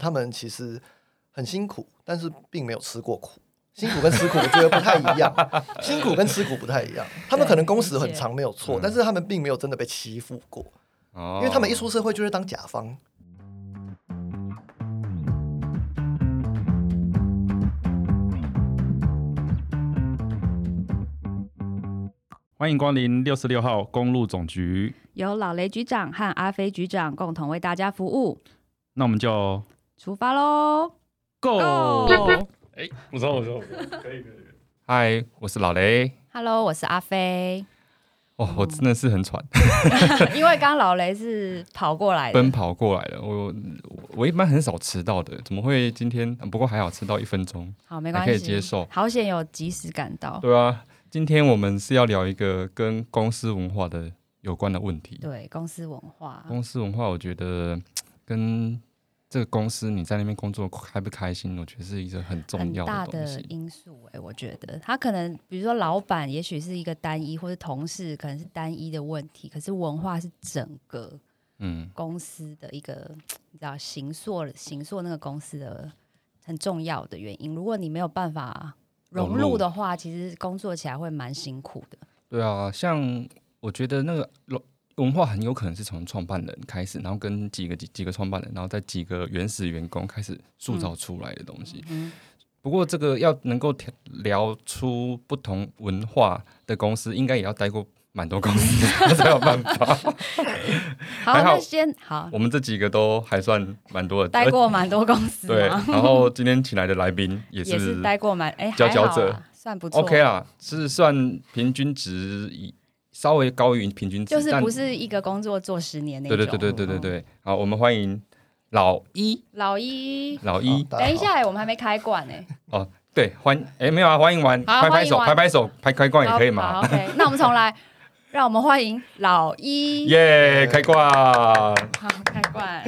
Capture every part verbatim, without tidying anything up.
他们其实很辛苦，但是并没有吃过苦。辛苦跟吃苦我觉得不太一样，辛苦跟吃苦不太一样。他们可能工时很长没有错，但是他们并没有真的被欺负过，因为他们一出社会就是当甲方。 欢迎光临六十六号公路总局， 由老雷局长和阿飞局长共同为大家服务。 那我们就出发喽 ，Go！ 哎，不错不错，可以可以。 嗨，我是老雷。 Hello， 我是阿飞。 哦，我真的是很喘， 因为刚刚老雷是跑过来的， 奔跑过来的。我我一般很少迟到的，怎么会今天？不过还好迟到一分钟， 好没关系， 还可以接受。 好险有及时赶到。 对啊，今天我们是要聊一个跟公司文化的有关的问题。 对，公司文化。 公司文化，我觉得跟这个公司你在那边工作开不开心，我觉得是一个很重要的东西， 很大的因素、欸。我觉得他可能，比如说老板，也许是一个单一，或者同事可能是单一的问题，可是文化是整个嗯公司的一个，嗯、你知道形塑形塑那个公司的很重要的原因。如果你没有办法融入的话，其实工作起来会蛮辛苦的。 对啊，像我觉得那个文化很有可能是从创办人开始，然后跟几个几几个创办人，然后再几个原始员工开始塑造出来的东西。嗯、不过这个要能够聊出不同文化的公司，应该也要待过蛮多公司才有办法。 好， 还好那先好， 我们这几个都还算蛮多的， 待过蛮多公司。 对，然后今天请来的来宾也是也是待过蛮哎， 佼佼者， 算不错。 OK 啦，是算平均值以。稍微高于平均值， 就是不是一个工作做十年那种。 对对对对对对对。好，我们欢迎老一。 老一。 老一。 等一下，我们还没开罐哎。 哦，对，欢哎没有啊，欢迎完，拍拍手，拍拍手，拍开罐也可以嘛。 好 ，OK， 那我们重来，让我们欢迎老一。 耶，开罐。 好，开罐。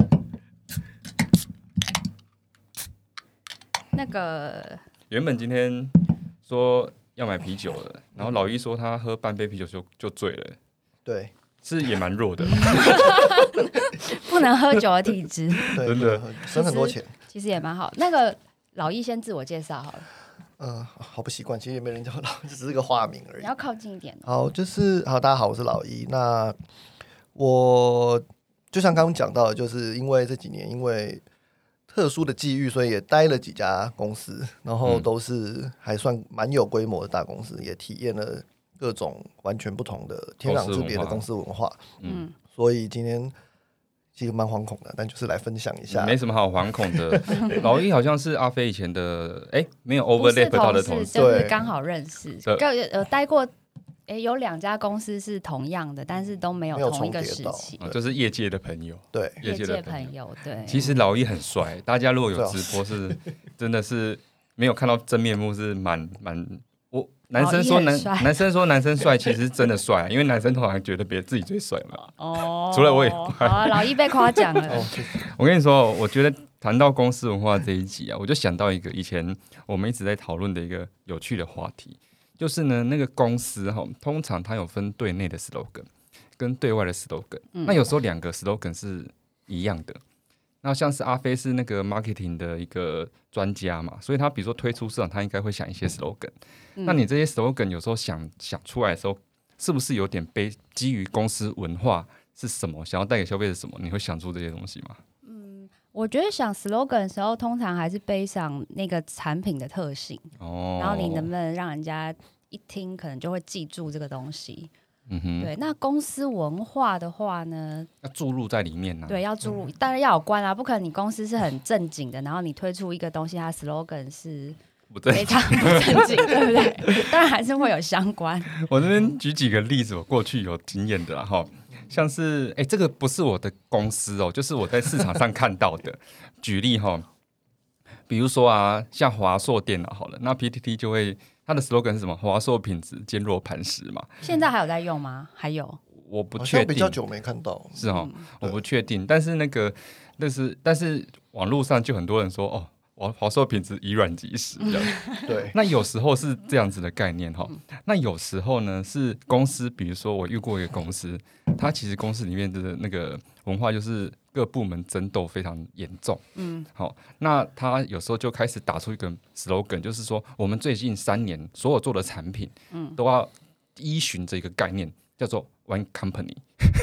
那个。 原本今天说要买啤酒了，然后老一说他喝半杯啤酒就就醉了， 对， 是也蛮弱的， 不能喝酒的体质， 真的省很多钱其。其实也蛮好。那个老一先自我介绍好了。 呃，好不习惯，其实也没人叫老，只是个化名而已。 你要靠近一点。 好，就是好，大家好，我是老一。那我就像刚刚讲到的，就是因为这几年因为特殊的际遇，所以也待了几家公司，然后都是还算蛮有规模的大公司，也体验了各种完全不同的天壤之别的公司文化。嗯，所以今天其实蛮惶恐的，但就是来分享一下。 没什么好惶恐的。老一好像是阿飞以前的，哎，没有 overlap 到的同事， 就是刚好认识，呃，待过。欸、有两家公司是同样的，但是都没有同一个时期， 哦、就是业界的朋友。 对， 业界的朋友。对， 其实老一很帅，大家如果有直播是真的是没有看到真面目，是蛮蛮我男生说男男生说男生帅，其实真的帅、啊，因为男生通常觉得别人自己最帅嘛。哦，除了我以外， 好啊，老一被夸奖了。 我跟你说，我觉得谈到公司文化这一集啊，我就想到一个以前我们一直在讨论的一个有趣的话题。就是呢，那个公司哈，通常它有分对内的 slogan 跟对外的 slogan、嗯。那有时候两个 slogan 是一样的。那像是阿飞是那个 marketing 的一个专家嘛，所以他比如说推出市场，他应该会想一些 slogan、嗯。那你这些 slogan 有时候想想出来的时候，是不是有点被基于公司文化是什么，想要带给消费者什么，你会想出这些东西吗？ 我觉得想 slogan 的时候，通常还是背上那个产品的特性，哦、然后你能不能让人家一听，可能就会记住这个东西。嗯哼，对。那公司文化的话呢， 要注入在里面呢、啊。 对，要注入，当然要有关啊，不可能你公司是很正经的，然后你推出一个东西，它 slogan 是非常不正经，对不对？当然还是会有相关。 我这边举几个例子，我过去有经验的啦哈。像是哎、欸，这个不是我的公司哦，就是我在市场上看到的。举例哈，比如说啊，像华硕电脑好了，那 P T T 就会它的 slogan 是什么？华硕品质坚若磐石嘛。 现在还有在用吗？还有？ 我不确定， 比较久没看到。 是哦、嗯，我不确定。但是那个，但是但是网络上就很多人说哦。华硕品质以软击石，这样对。 那有时候是这样子的概念哈，那有时候呢是公司，比如说我遇过一个公司，它其实公司里面的那个文化就是各部门争斗非常严重。嗯，好，那他有时候就开始打出一个 slogan， 就是说我们最近三年所有做的产品，嗯，都要依循着一个概念，叫做 One Company。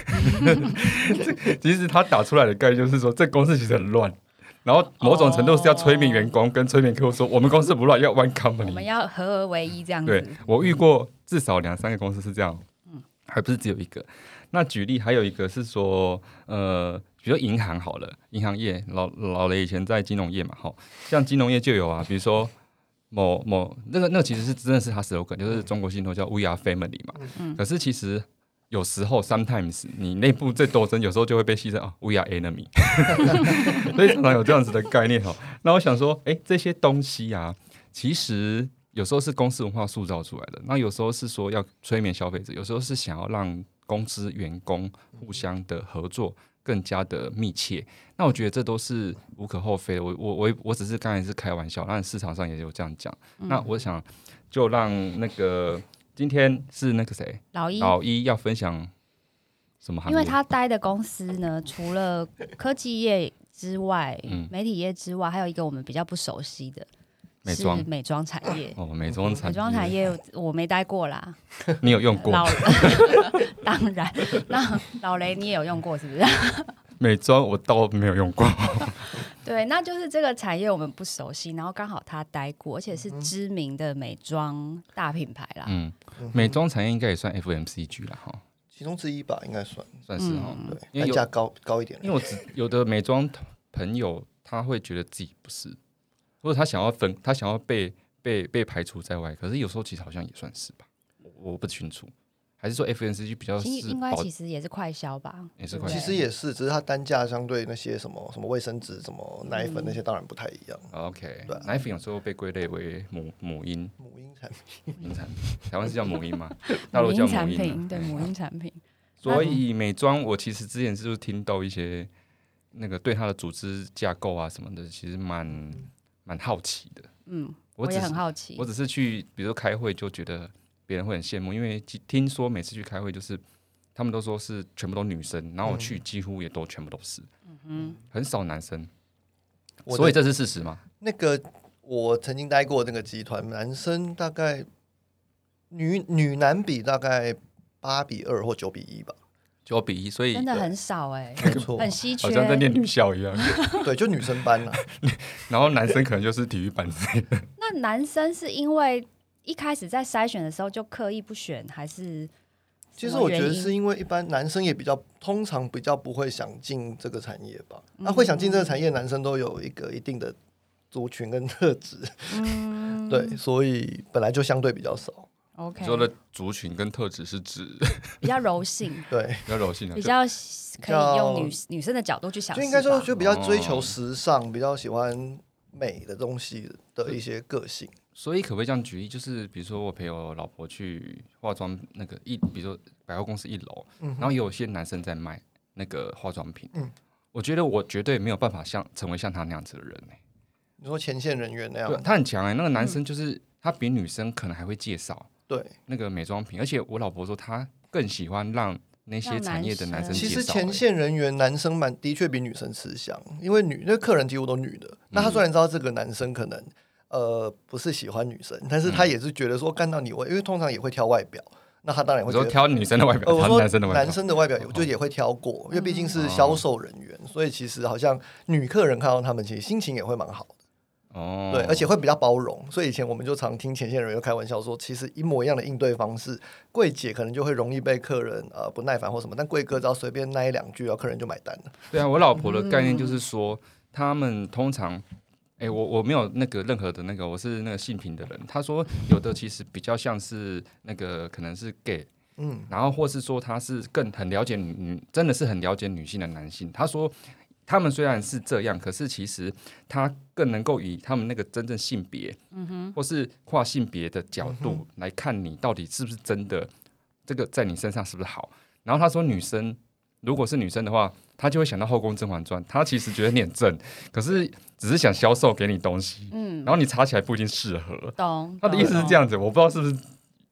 其实他打出来的概念就是说，这公司其实很乱。然后某种程度是要催眠员工跟催眠客户说，我们公司不乱，要 One Company， 我们要合而为一这样子。 对，我遇过至少两三个公司是这样，嗯，还不是只有一个。那举例还有一个是说，呃，比如说银行好了，银行业老老雷以前在金融业嘛，哈，像金融业就有啊，比如说某某那个那個、其实是真的是他 slogan， 就是中国信托叫 We Are Family 嘛，嗯，可是其实。有时候 sometimes 你内部最斗争，有时候就会被牺牲啊 ，we are enemy， 所以常常有这样子的概念哈。那我想说，哎、欸，这些东西啊，其实有时候是公司文化塑造出来的，那有时候是说要催眠消费者，有时候是想要让公司员工互相的合作更加的密切。那我觉得这都是无可厚非的。我我我我只是刚才是开玩笑，但市场上也有这样讲。嗯、那我想就让那个。今天是那个谁， 老一， 老一要分享什么行业？ 因为他待的公司呢，除了科技业之外，嗯、媒体业之外，还有一个我们比较不熟悉的， 美妆是美妆产业。 哦，美妆产业， 美妆产业我没待过啦。 你有用过？ 当然，那老雷你也有用过是不是？ 美妆我倒没有用过。 对，那就是这个产业我们不熟悉，然后刚好他待过，而且是知名的美妆大品牌啦。 嗯，美妆产业应该也算 F M C G 啦，哈， 其中之一吧，应该算， 算是哈、 嗯，对，单价高高一点。 因为我只有的美妆朋友，他会觉得自己不是，或者他想要分，他想要被被被排除在外，可是有时候其实好像也算是吧，我不清楚。还是说 F M C G 比较是应该其实也是快销吧， 也是快销， 其实也是，只是它单价相对那些什么什么卫生纸、什么奶粉、嗯、那些当然不太一样。 OK， 对、啊，奶粉有时候被归类为母母婴， 母婴产品， 母婴产品，台湾是叫母婴吗？大陆叫母婴， 对，母婴产品。 所以美妆，我其实之前就是听到一些那个对它的组织架构啊什么的，其实蛮蛮好奇的。 嗯，我也很好奇。 我只是去，比如说开会，就觉得。别人会很羡慕，因为听说每次去开会，就是他们都说是全部都女生，然后我去几乎也都全部都是，嗯哼，很少男生，所以这是事实吗？ 那个我曾经待过那个集团，男生大概女女男比大概八比二或九比一吧， 九比一，所以真的很少哎、 欸，没错， 很稀缺， 好像在念女校一样， 对，就女生班啦、啊， 然后男生可能就是体育班之类的。 那男生是因为一开始在筛选的时候就刻意不选，还是？ 其实我觉得是因为一般男生也比较通常比较不会想进这个产业吧。那、嗯啊、会想进这个产业，男生都有一个一定的族群跟特质，嗯，对，所以本来就相对比较少。 OK， 你说的族群跟特质是指比较柔性， 对， 比较柔性的， 比较可以用女女生的角度去想， 就应该说就比较追求时尚，哦、比较喜欢美的东西的一些个性。 所以可不可以这样举例？就是比如说我陪我老婆去化妆那个一，比如说百货公司一楼，嗯、然后有些男生在卖那个化妆品，嗯、我觉得我绝对没有办法像成为像他那样子的人、欸、 你说前线人员那样， 他很强哎、欸，那个男生就是、嗯、他比女生可能还会介绍对那个美妆品，而且我老婆说她更喜欢让那些产业的男生介绍、欸。 其实前线人员男生蛮的确比女生吃香，因为女那客人几乎都女的，那他虽然知道这个男生可能。呃，不是喜欢女生，但是他也是觉得说看到你，我因为通常也会挑外表，那他当然会觉得我说挑女生的外表， 呃、 挑男生的外表， 男生的外表就也会挑过，因为毕竟是销售人员，哦、所以其实好像女客人看到他们，其实心情也会蛮好的。哦，对，而且会比较包容，所以以前我们就常听前线人员开玩笑说，其实一模一样的应对方式，柜姐可能就会容易被客人呃不耐烦或什么，但柜哥只要随便那一两句，然后客人就买单了。 对啊，我老婆的概念就是说，嗯、他们通常。哎、欸，我我没有那个任何的那个，我是那个性平的人。他说有的其实比较像是那个可能是 gay， 嗯，然后或是说他是更很了解女，真的是很了解女性的男性。他说他们虽然是这样，可是其实他更能够以他们那个真正性别，嗯哼，或是跨性别的角度来看你到底是不是真的这个在你身上是不是好。然后他说女生如果是女生的话，她就会想到《后宫甄嬛传》，她其实觉得你很正，可是只是想销售给你东西，嗯，然后你查起来不一定适合。 懂？ 他的意思是这样子，我不知道是不是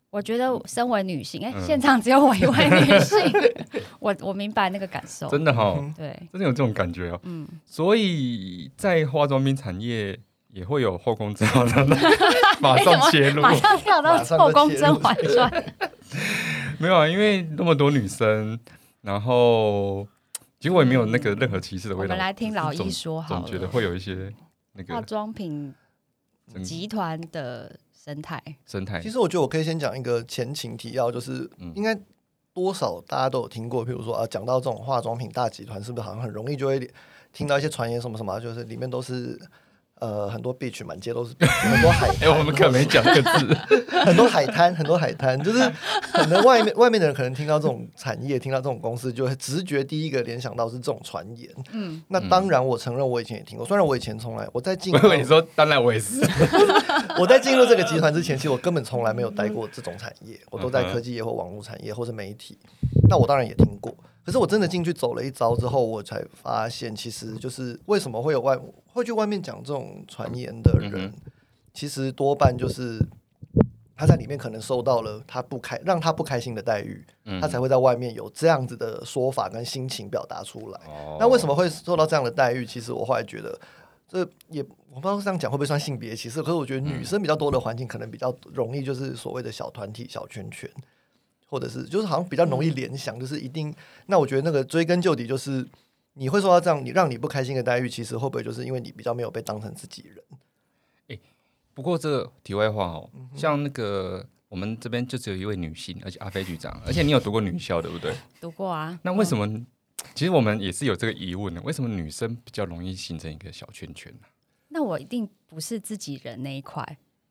我觉得身为女性，哎、 嗯现场只有我一位女性，我我明白那个感受， 真的哈、 嗯对， 真的有这种感觉哦。 嗯， 所以在化妆品产业也会有后宫甄嬛传，马上切入， 马上跳到后宫甄嬛传， 没有啊，因为那么多女生，然后其实我也没有那个任何歧视的味道。 我们来听老总一说好了， 总觉得会有一些那化个妆品集团的生态。 生态。 其实我觉得我可以先讲一个前情提要，就是应该多少大家都有听过，譬如说啊，讲到这种化妆品大集团，是不是好像很容易就会听到一些传言什么什么，就是里面都是呃很多 beach 满街都是 beach, 很多海滩， 哎、欸，我们可没讲这个字， 很多海滩，很多海滩，就是可能外面外面的人可能听到这种产业，听到这种公司，就会直觉第一个联想到是这种传言。嗯，那当然，我承认我以前也听过，虽然我以前从来我在进入， 我以为你说当然我也是， 我在进入这个集团之前，其实我根本从来没有待过这种产业，我都在科技业或网络产业或是媒体。那我当然也听过，可是我真的进去走了一遭之后，我才发现，其实就是为什么会有外会去外面讲这种传言的人，嗯、其实多半就是他在里面可能受到了他不开让他不开心的待遇，嗯、他才会在外面有这样子的说法跟心情表达出来。哦、那为什么会受到这样的待遇？其实我后来觉得，这也我不知道这样讲会不会算性别歧视，可是我觉得女生比较多的环境可能比较容易就是所谓的小团体、小圈圈。或者是就是好像比较容易联想，就是一定。那我觉得那个追根究底，就是你会受到这样你让你不开心的待遇，其实会不会就是因为你比较没有被当成自己人？ 欸、不过这个题外话哦，嗯、像那个我们这边就只有一位女性，而且阿飞局长，而且你有读过女校对不对？ 读过啊。 那为什么？嗯、其实我们也是有这个疑问的，为什么女生比较容易形成一个小圈圈呢？ 那我一定不是自己人那一块。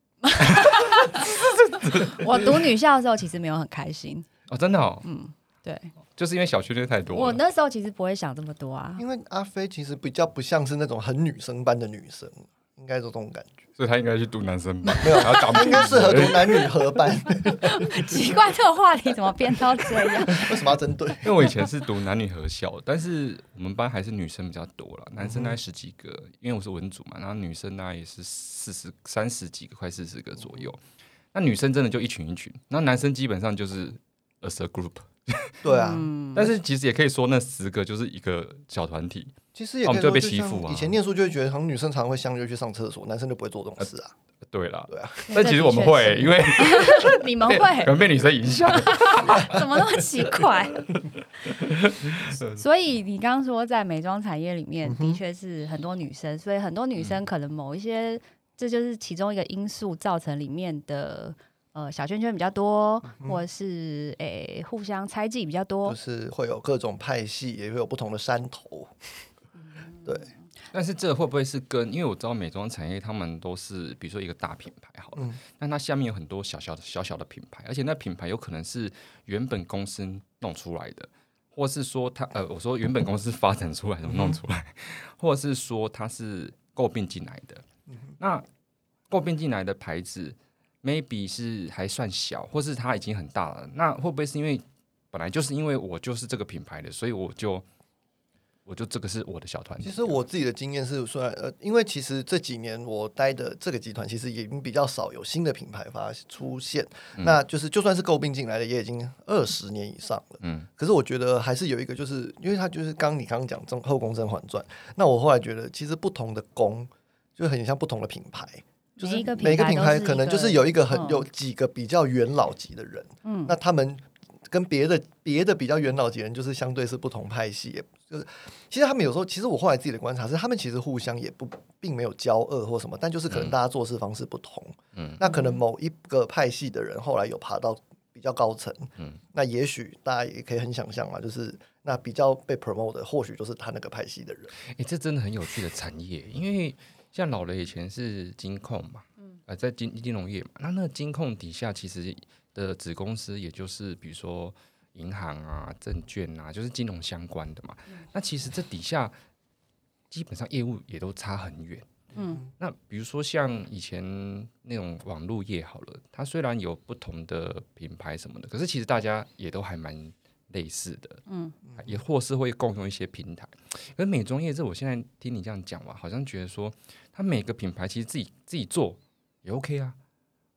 我读女校的时候其实没有很开心哦，真的哦， 嗯，对， 就是因为小圈圈太多了。 我那时候其实不会想这么多啊， 因为阿飞其实比较不像是那种很女生般的女生，应该有这种感觉， 所以他应该去读男生班， 没有，应该适合读男女合班。 奇怪，这个话题怎么变到这样？ 为什么要针对？ 因为我以前是读男女合校，但是我们班还是女生比较多了，男生大概十几个，嗯、因为我是文组嘛，然后女生大概也是四十三十几个，快四十个左右。那女生真的就一群一群，那男生基本上就是 as a group。 对啊， 嗯、 但是其实也可以说那十个就是一个小团体。 其实也可以说就被欺负啊。以前念书就会觉得，好像女生常常会相约去上厕所，男生就不会做这种事啊。 呃、对啦， 对啊。 但其实我们会，因为你们会可能被女生影响。 怎么那么奇怪？所以你刚刚说在美妆产业里面，的确是很多女生，所以很多女生可能某一些，嗯、这就是其中一个因素造成里面的。呃，小圈圈比较多，嗯、或者是诶互相猜忌比较多， 就是会有各种派系，也会有不同的山头。嗯、对， 但是这会不会是跟因为我知道美妆产业他们都是比如说一个大品牌好了，嗯、但它下面有很多小小的小小的品牌，而且那品牌有可能是原本公司弄出来的，或是说它呃我说原本公司发展出来的弄出来，嗯、或者是说它是购并进来的。嗯、那购并进来的牌子。maybe 是还算小，或是它已经很大了，那会不会是因为本来就是因为我就是这个品牌的，所以我就我就这个是我的小团体。 其实我自己的经验是说，呃，因为其实这几年我待的这个集团其实已经比较少有新的品牌发出现，嗯、那就是就算是购并进来的也已经二十年以上了。嗯，可是我觉得还是有一个，就是因为它就是刚你刚刚讲后宫甄嬛传，那我后来觉得其实不同的宫就很像不同的品牌。就是每个品牌可能就是有一个很、嗯、有几个比较元老级的人，嗯，那他们跟别的别的比较元老级的人就是相对是不同派系，也就是其实他们有时候，其实我后来自己的观察是，他们其实互相也不并没有交恶或什么，但就是可能大家做事方式不同，嗯，那可能某一个派系的人后来有爬到比较高层，嗯，那也许大家也可以很想象嘛，就是那比较被 promote 的，或许就是他那个派系的人。 哎、欸，这真的很有趣的产业，因为。像老雷以前是金控嘛，嗯呃、在 金, 金融业嘛，那那个金控底下其实的子公司也就是比如说银行啊、证券啊，就是金融相关的嘛。嗯、那其实这底下基本上业务也都差很远。嗯，那比如说像以前那种网络业好了，它虽然有不同的品牌什么的，可是其实大家也都还蛮类似的，嗯，也或是会共用一些平台。可是美妆业这，我现在听你这样讲哇，好像觉得说，它每个品牌其实自己自己做也 OK 啊。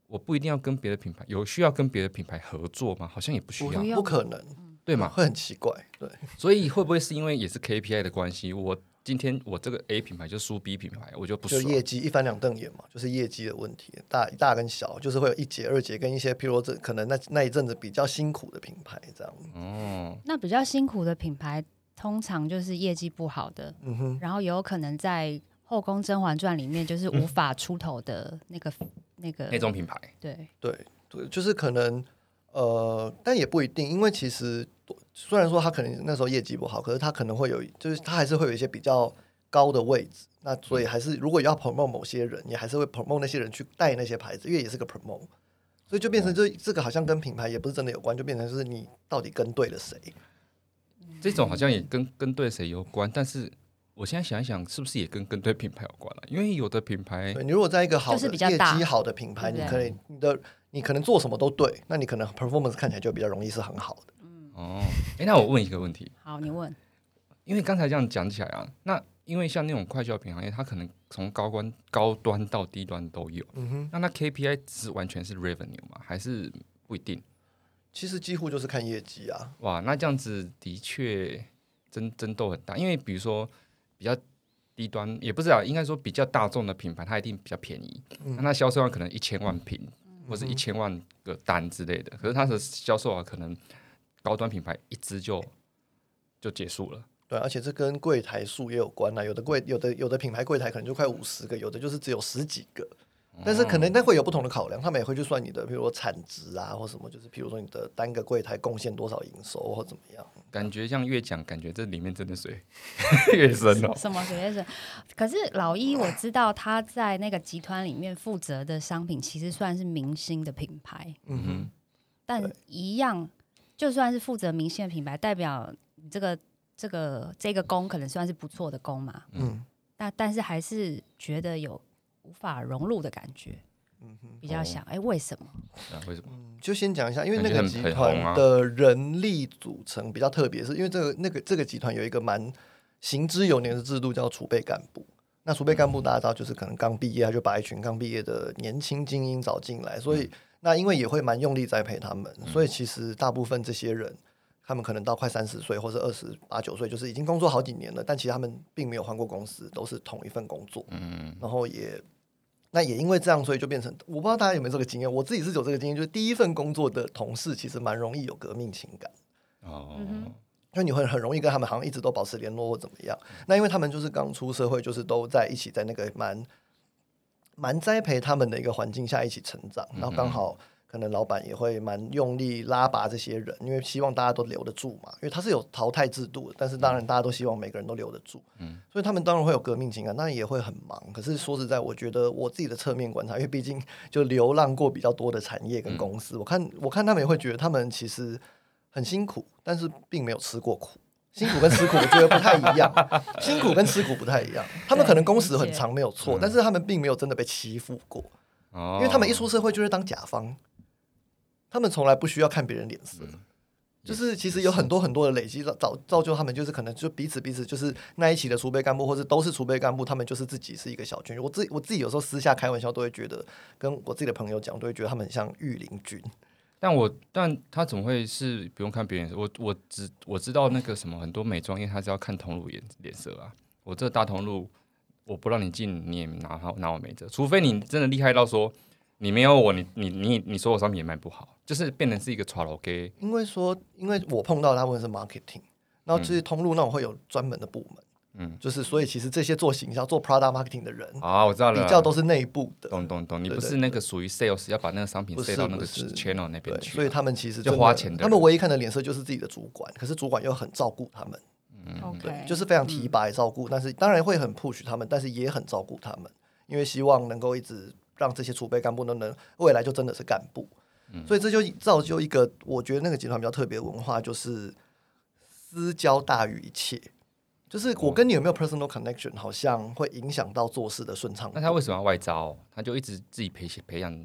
我不一定要跟别的品牌，有需要跟别的品牌合作吗？好像也不需要， 不, 不可能， 对吗？ 会很奇怪，对。 所以会不会是因为也是 K P I 的关系？我今天我这个 A 品牌就输 B 品牌，我就不爽。 就业绩一翻两瞪眼嘛，就是业绩的问题，大大跟小，就是会有一节、二节跟一些，譬如说这可能那那一阵子比较辛苦的品牌这样。 哦， 那比较辛苦的品牌，通常就是业绩不好的，嗯哼，然后也有可能在《后宫甄嬛传》里面就是无法出头的那个、嗯、那个那种品牌。 对对对，就是可能呃，但也不一定，因为其实虽然说他可能那时候业绩不好，可是他可能会有，就是他还是会有一些比较高的位置。那所以还是如果要 promote 某些人，也还是会 promote 那些人去带那些牌子，因为也是个 promote， 所以就变成这这个好像跟品牌也不是真的有关，就变成是你到底跟对了谁。 这种好像也跟跟对谁有关，但是我现在想一想，是不是也跟跟对品牌有关了？因为有的品牌， 对你如果在一个好的业绩好的品牌， 对你可能你的你可能做什么都对，那你可能 performance 看起来就比较容易是很好的。 嗯、 哦，哎，那我问一个问题。 好，你问。 因为刚才这样讲起来啊，那因为像那种快消品行业，它可能从高端高端到低端都有。嗯哼，那那 K P I 是完全是 revenue 吗？还是不一定？ 其实几乎就是看业绩啊。 哇，那这样子的确争争斗很大，因为比如说比较低端，也不是啊，应该说比较大众的品牌，它一定比较便宜，嗯、那它销售量可能一千万瓶、嗯、或是一千万个单之类的，可是它的销售啊，可能高端品牌一支就就结束了。 对，而且这跟柜台数也有关啦。有的柜有的有的品牌柜台可能就快五十个，有的就是只有十几个。但是可能那会有不同的考量，他们也会去算你的，比如说产值啊，或什么，就是比如说你的单个柜台贡献多少营收或怎么样。 感觉像越讲，感觉这里面真的水越深哦。 什么水越深？可是老一我知道他在那个集团里面负责的商品，其实算是明星的品牌。嗯哼，但一样，就算是负责明星的品牌，代表你这个。这个这个工可能算是不错的工嘛，嗯，但但是还是觉得有无法融入的感觉，嗯哼，比较想，哎、哦，为什么？ 啊，为什么？ 嗯，就先讲一下，因为那个集团的人力组成比较特别，是因为这个那个这个集团有一个蛮行之有年的制度，叫储备干部。那储备干部大家知道，就是可能刚毕业，他就把一群刚毕业的年轻精英找进来，所以、嗯、那因为也会蛮用力栽培他们，所以其实大部分这些人。他们可能到快三十岁，或是二十八九岁，就是已经工作好几年了，但其实他们并没有换过公司，都是同一份工作。嗯，然后也那也因为这样，所以就变成我不知道大家有没有这个经验，我自己是有这个经验，就是第一份工作的同事其实蛮容易有革命情感。哦，因为你会很容易跟他们好像一直都保持联络或怎么样。那因为他们就是刚出社会，就是都在一起，在那个蛮蛮栽培他们的一个环境下一起成长，然后刚好。可能老板也会蛮用力拉拔这些人，因为希望大家都留得住嘛。因为他是有淘汰制度的，但是当然大家都希望每个人都留得住，嗯，所以他们当然会有革命情感，当然也会很忙。可是说实在，我觉得我自己的侧面观察，因为毕竟就流浪过比较多的产业跟公司，嗯、我看我看他们也会觉得他们其实很辛苦，但是并没有吃过苦。辛苦跟吃苦我觉得不太一样，辛苦跟吃苦不太一样。他们可能工时很长没有错，但是他们并没有真的被欺负过，哦、因为他们一出社会就是当甲方。他们从来不需要看别人脸色，嗯、就是其实有很多很多的累积造造就他们，就是可能就彼此彼此就是那一期的储备干部，或是都是储备干部，他们就是自己是一个小军。我自己我自己有时候私下开玩笑都会觉得，跟我自己的朋友讲，都会觉得他们很像御林军。 但我但他怎么会是不用看别人？我我只我知道那个什么很多美妆业，他是要看通路脸脸色啊。我这个大通路，我不让你进，你也拿拿我没辙，除非你真的厉害到说。你没有我，你你你你说我商品也卖不好，就是变成是一个 tralo gay。 因为说，因为我碰到大部分是 marketing， 然后这些通路那种会有专门的部门，嗯，就是所以其实这些做行销、做 product marketing 的人啊，我知道了， 比较都是内部的。 懂懂懂，你不是那个属于 sales 要把那个商品 sell 到那个 channel 那边去， 所以他们其实就花钱的。 他们唯一看的脸色就是自己的主管，可是主管又很照顾他们， 嗯， 对，就是非常提拔照顾，但是当然会很 push 他们，但是也很照顾他们，因为希望能够一直。让这些储备干部都能未来就真的是干部，嗯、所以这就造就一个我觉得那个集团比较特别的文化，就是私交大于一切。就是我跟你有没有 personal connection， 好像会影响到做事的顺畅。 那他为什么要外招？他就一直自己培培养人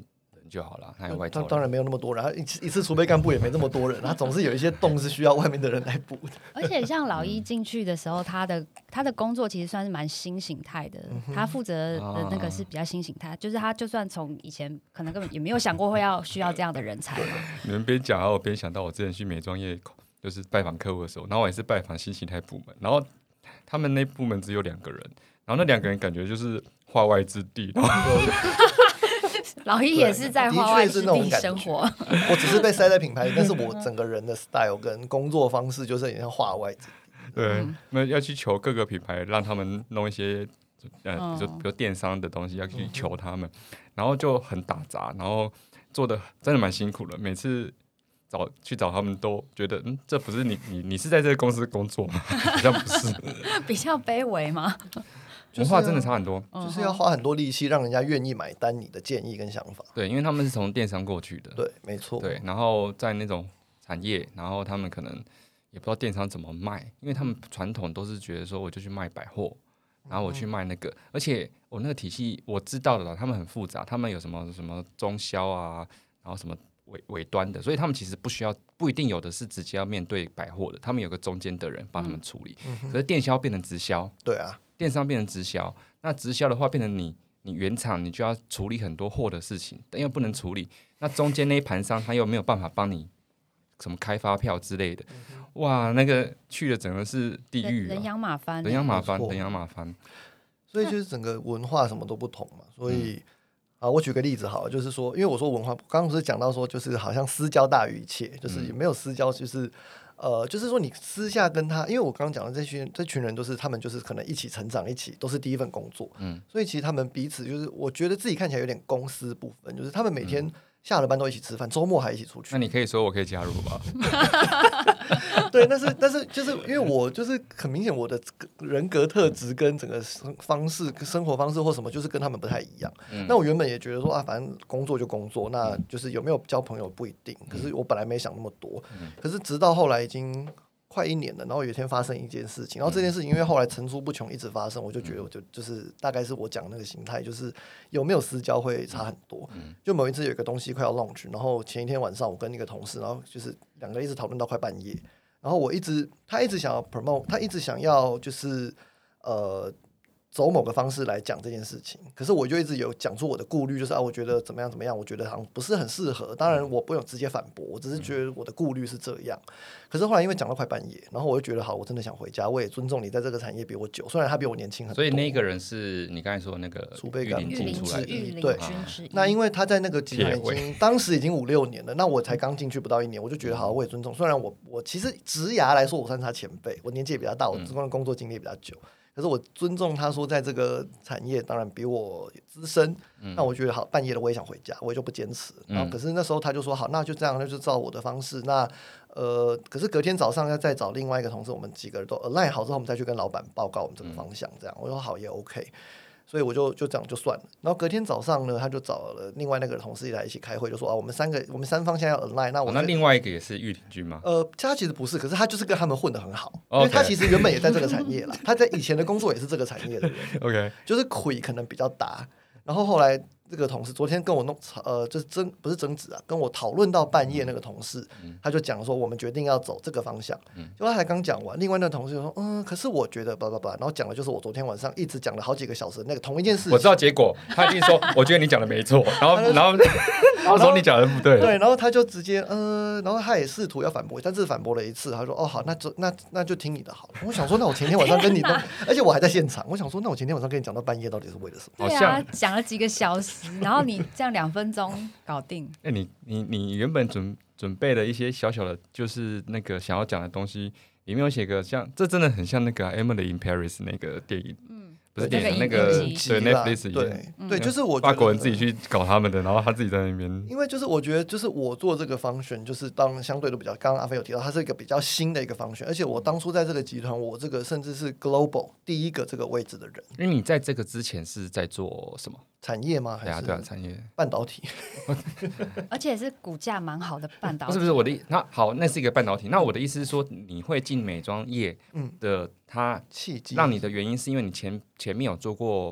就好了，还有外头人当然没有那么多人，他一次一次储备干部也没这么多人，他总是有一些洞是需要外面的人来补的。 而且像老一进去的时候，他的他的工作其实算是蛮新形态的，嗯、他负责的那个是比较新形态，啊、就是他就算从以前可能根本也没有想过会要需要这样的人才嘛。 你们边讲，我边想到我之前去美妆业就是拜访客户的时候，然后我也是拜访新形态部门，然后他们那部门只有两个人，然后那两个人感觉就是化外之地，然后老一也是在化外之地生活， 我只是被塞在品牌里，但是我整个人的 style 跟工作方式就是有点像化外之地。 对，那要去求各个品牌，让他们弄一些呃，比如比如电商的东西，要去求他们，然后就很打杂，然后做的真的蛮辛苦的。每次找去找他们，都觉得嗯，这不是你你你是在这个公司工作吗？好像不是， 比较卑微吗？ 文化真的差很多， 就是要花很多力气，让人家愿意买单你的建议跟想法。 对，因为他们是从电商过去的， 对，没错。 对，然后在那种产业，然后他们可能也不知道电商怎么卖，因为他们传统都是觉得说，我就去卖百货，然后我去卖那个，而且我那个体系我知道的了，他们很复杂，他们有什么什么中销啊，然后什么尾尾端的，所以他们其实不需要，不一定有的是直接要面对百货的，他们有个中间的人帮他们处理。嗯、可是电销变成直销， 对啊。 电商变成直销，那直销的话变成你，你原厂你就要处理很多货的事情，但又不能处理，那中间那一盘商他又没有办法帮你什么开发票之类的，嗯、哇，那个去的整个是地狱、啊， 人仰马翻， 人仰马翻，人仰马翻。 所以就是整个文化什么都不同嘛，所以、嗯、啊，我举个例子好了，就是说，因为我说文化，刚刚不是讲到说，就是好像私交大于一切，就是也没有私交，就是。呃，就是说你私下跟他，因为我刚刚讲的这群这群人都是他们就是可能一起成长，一起都是第一份工作，嗯，所以其实他们彼此就是我觉得自己看起来有点公司部分，就是他们每天下了班都一起吃饭，周末还一起出去。 那你可以说我可以加入吗？ 对，但是但是就是因为我就是很明显我的人格特质跟整个方式、生活方式或什么，就是跟他们不太一样。嗯、那我原本也觉得说啊，反正工作就工作，那就是有没有交朋友不一定。可是我本来没想那么多，嗯、可是直到后来已经快一年了，然后有一天发生一件事情，然后这件事情因为后来层出不穷，一直发生，我就觉得我就就是大概是我讲那个形态，就是有没有私交会差很多。嗯、就某一次有一个东西快要 launch， 然后前一天晚上我跟一个同事，然后就是两个人一直讨论到快半夜。然后我一直，他一直想要 promote， 他一直想要就是呃走某个方式来讲这件事情，可是我就一直有讲出我的顾虑，就是啊，我觉得怎么样怎么样，我觉得好像不是很适合。当然我不用直接反驳，我只是觉得我的顾虑是这样。可是后来因为讲到快半夜，然后我就觉得好，我真的想回家。我也尊重你在这个产业比我久，虽然他比我年轻很多。 所以那个人是你刚才说的那个储备干部出来的， 对。那因为他在那个集团已经当时已经五六年了，那我才刚进去不到一年，我就觉得好，我也尊重。虽然我我其实职涯来说我算是他前辈，我年纪也比较大，我工作经历也比较久。可是我尊重他说，在这个产业当然比我资深，嗯、那我觉得好，半夜了我也想回家，我也就不坚持。然后可是那时候他就说好，那就这样，那就照我的方式。那呃，可是隔天早上要再找另外一个同事，我们几个人都 align 好之后，我们再去跟老板报告我们这个方向。这样，我说好也 OK。所以我就就这样就算了。然后隔天早上呢，他就找了另外那个同事来一起开会，就说啊，我们三个我们三方现在要 align。那我、哦、 那另外一个也是玉林君吗？ 呃，他其实不是，可是他就是跟他们混得很好， okay. 因为他其实原本也在这个产业啦，他在以前的工作也是这个产业的人。 OK， 就是腿可能比较大，然后后来。这个同事昨天跟我弄呃，就是争不是争执啊，跟我讨论到半夜那个同事，嗯、他就讲说我们决定要走这个方向。嗯、就他才刚讲完，另外那个同事就说嗯，可是我觉得叭叭叭，然后讲的就是我昨天晚上一直讲了好几个小时的那个同一件事情。 我知道结果，他一定说我觉得你讲的没错，然后然后然后说你讲的不对， 对，然后他就直接呃，然后他也试图要反驳，但是反驳了一次，他说哦好，那就那那就听你的好了。我想说，那我前天晚上跟你弄，而且我还在现场，我想说，那我前天晚上跟你讲到半夜到底是为了什么？ 对啊，讲了几个小时，然后你。这样两分钟搞定。 哎、欸，你你你原本准准备了一些小小的，就是那个想要讲的东西，里面有写个像，这真的很像那个、啊《Emily in Paris》那个电影，嗯，不是电影，那个对 Netflix 对对，就是我法国人自己去搞他们的，然后他自己在那边。 因为就是我觉得，就是我做这个function，就是当相对都比较，刚刚阿飞有提到，它是一个比较新的一个function，而且我当初在这个集团，我这个甚至是 global 第一个这个位置的人。 因为你在这个之前是在做什么？ 产业吗？还是对啊，对啊，产业半导体， 而且是股价蛮好的半导体。 不是不是我的，那好，那是一个半导体。那我的意思是说，你会进美妆业的它契机，让你的原因是因为你前前面有做过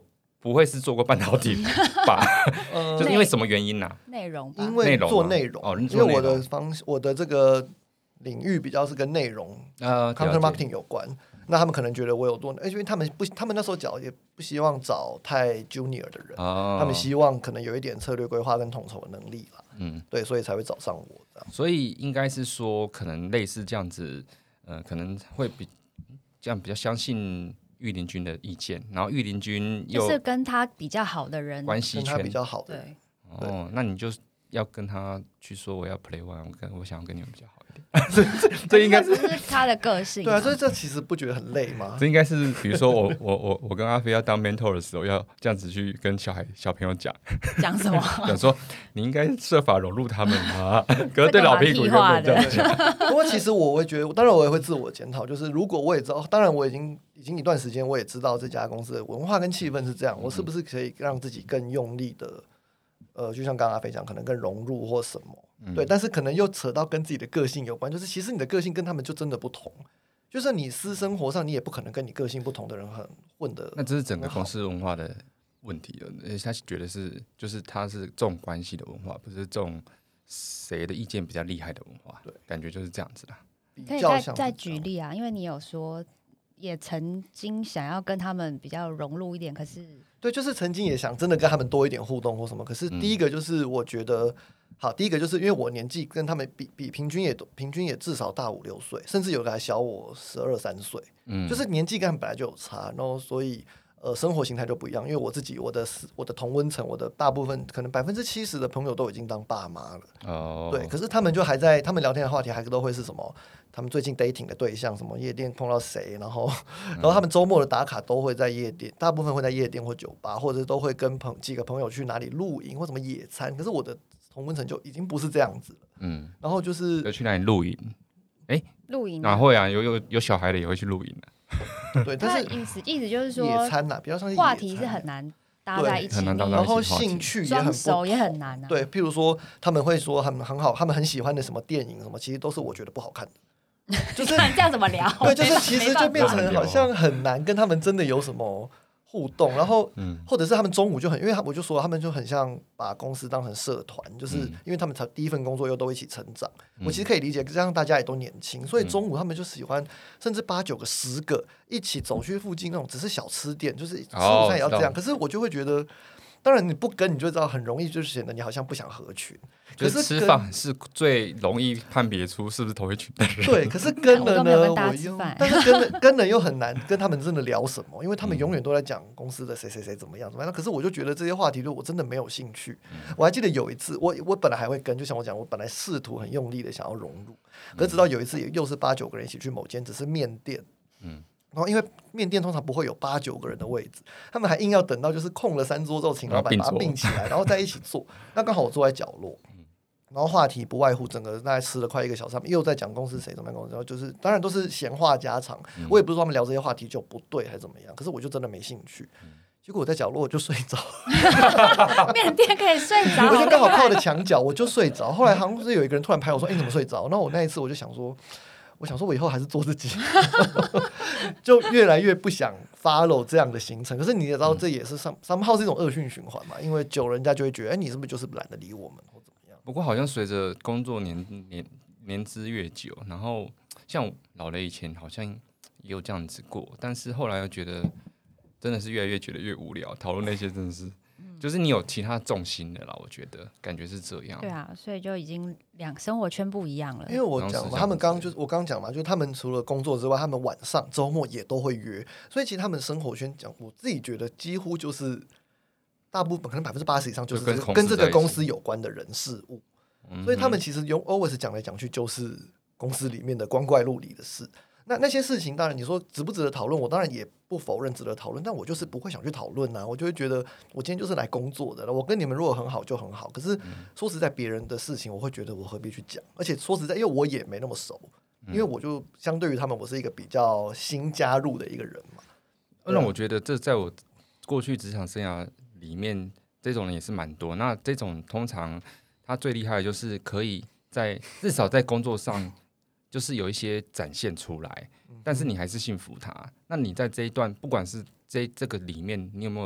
不会是做过半导体吧？呃、就是因为什么原因呢、啊？ 内容吧， 因为做内容， 哦， 因为我的方我的这个领域比较是跟内容呃 content marketing 有关。那他们可能觉得我有多，因为他们不，他们那时候找也不希望找太 junior 的人，哦、他们希望可能有一点策略规划跟统筹的能力啦。嗯，对，所以才会找上我这样。 所以应该是说，可能类似这样子，呃，可能会比这样比较相信玉林君的意见，然后玉林君又就是跟他比较好的人关系圈比较好的， 对， 哦，那你就要跟他去说我要 play one， 我跟我想要跟你们比较好一点。这这这应该是他的个性。 对啊，这这其实不觉得很累吗？ 这应该是比如说我我我我跟阿飞要当 mentor 的时候，要这样子去跟小孩小朋友讲讲什么？ 讲说你应该设法融入他们啊，可是对老屁股应该这样讲。 不过其实我会觉得，当然我也会自我检讨，就是如果我也知道，当然我已经已经一段时间，我也知道这家公司的文化跟气氛是这样，我是不是可以让自己更用力的？呃，就像刚刚阿飞讲，可能更融入或什么，嗯、对，但是可能又扯到跟自己的个性有关，就是其实你的个性跟他们就真的不同，就是你私生活上你也不可能跟你个性不同的人很混的。 那这是整个公司文化的问题了，他觉得是就是他是重关系的文化，不是重谁的意见比较厉害的文化，对，感觉就是这样子啦。 可以再再举例啊，因为你有说也曾经想要跟他们比较融入一点，可是。 对，就是曾经也想真的跟他们多一点互动或什么，可是第一个就是我觉得，嗯、好，第一个就是因为我年纪跟他们比比平均也平均也至少大五六岁，甚至有的还小我十二三岁，嗯，就是年纪跟他们本来就有差，然后所以呃生活形态就不一样。因为我自己我的我的同温层，我的大部分可能百分之七十的朋友都已经当爸妈了，哦，对，可是他们就还在他们聊天的话题还都会是什么？他们最近 dating 的对象，什么夜店碰到谁，然后，然后他们周末的打卡都会在夜店，大部分会在夜店或酒吧，或者都会跟朋几个朋友去哪里露营或什么野餐。可是我的同温层就已经不是这样子了，嗯，然后就是要去哪里露营？哎， 露营哪会啊？有有有小孩的也会去露营的，对，但是意思意思就是说野餐呐、啊，比较像是话题是很难搭在一起， 很难搭在一起， 然后兴趣也很熟也很难啊。 对，譬如说他们会说他们很好，他们很喜欢的什么电影什么，其实都是我觉得不好看的。 就是这样怎么聊？ 对，就是其实就变成好像很难跟他们真的有什么互动，然后、嗯、或者是他们中午就很，因为我就说他们就很像把公司当成社团，就是因为他们才第一份工作又都一起成长，嗯、我其实可以理解，这样大家也都年轻，所以中午他们就喜欢甚至八九个、十个一起走去附近那种只是小吃店，就是吃午餐也要这样。可是我就会觉得。当然你不跟你就知道很容易就显得你好像不想合群， 可是吃饭是最容易判别出是不是同一群的人。 对，可是跟了呢，我又但是跟了跟了又很难跟他们真的聊什么，因为他们永远都在讲公司的谁谁谁怎么样怎么样。可是我就觉得这些话题，我真的没有兴趣。我还记得有一次，我我本来还会跟，就像我讲，我本来试图很用力的想要融入，可是直到有一次又是八九个人一起去某间只是面店，嗯。然后因为面店通常不会有八九个人的位置，他们还硬要等到就是空了三桌之后，请老板把它并起来，然后再一起坐。那刚好我坐在角落，然后话题不外乎整个大概吃了快一个小时，他们又在讲公司谁怎么样公司，然后就是当然都是闲话家常。我也不是说他们聊这些话题就不对还是怎么样，可是我就真的没兴趣。结果我在角落我就睡着， 面店可以睡着， 我就刚好靠着墙角我就睡着。后来好像是有一个人突然拍我说：“哎、欸，你怎么睡着？”然后我那一次我就想说。我想说，我以后还是做自己，就越来越不想 follow 这样的行程。可是你也知道，这也是 somehow 是一种恶性循环嘛，因为久人家就会觉得，哎、欸，你是不是就是懒得理我们或怎么样？ 不过好像随着工作年年年资越久，然后像老雷以前好像也有这样子过，但是后来又觉得真的是越来越觉得越无聊，讨论那些真的是。就是你有其他重心的啦，我觉得感觉是这样。 对啊，所以就已经两生活圈不一样了。 因为我讲嘛，他们刚刚就是我刚刚讲嘛，就是他们除了工作之外，他们晚上周末也都会约，所以其实他们生活圈讲，我自己觉得几乎就是大部分可能百分之八十以上就是跟跟这个公司有关的人事物，嗯、所以他们其实用 always 讲来讲去就是公司里面的光怪陆离的事。那那些事情，当然你说值不值得讨论，我当然也不否认值得讨论，但我就是不会想去讨论啊，我就会觉得我今天就是来工作的了，我跟你们如果很好就很好，可是说实在别人的事情，我会觉得我何必去讲，而且说实在，因为我也没那么熟，因为我就相对于他们，我是一个比较新加入的一个人嘛。 那我觉得这在我过去职场生涯里面，这种人也是蛮多。那这种通常他最厉害的就是可以在至少在工作上。就是有一些展现出来，但是你还是信服他。那你在这一段，不管是这这个里面，你有没有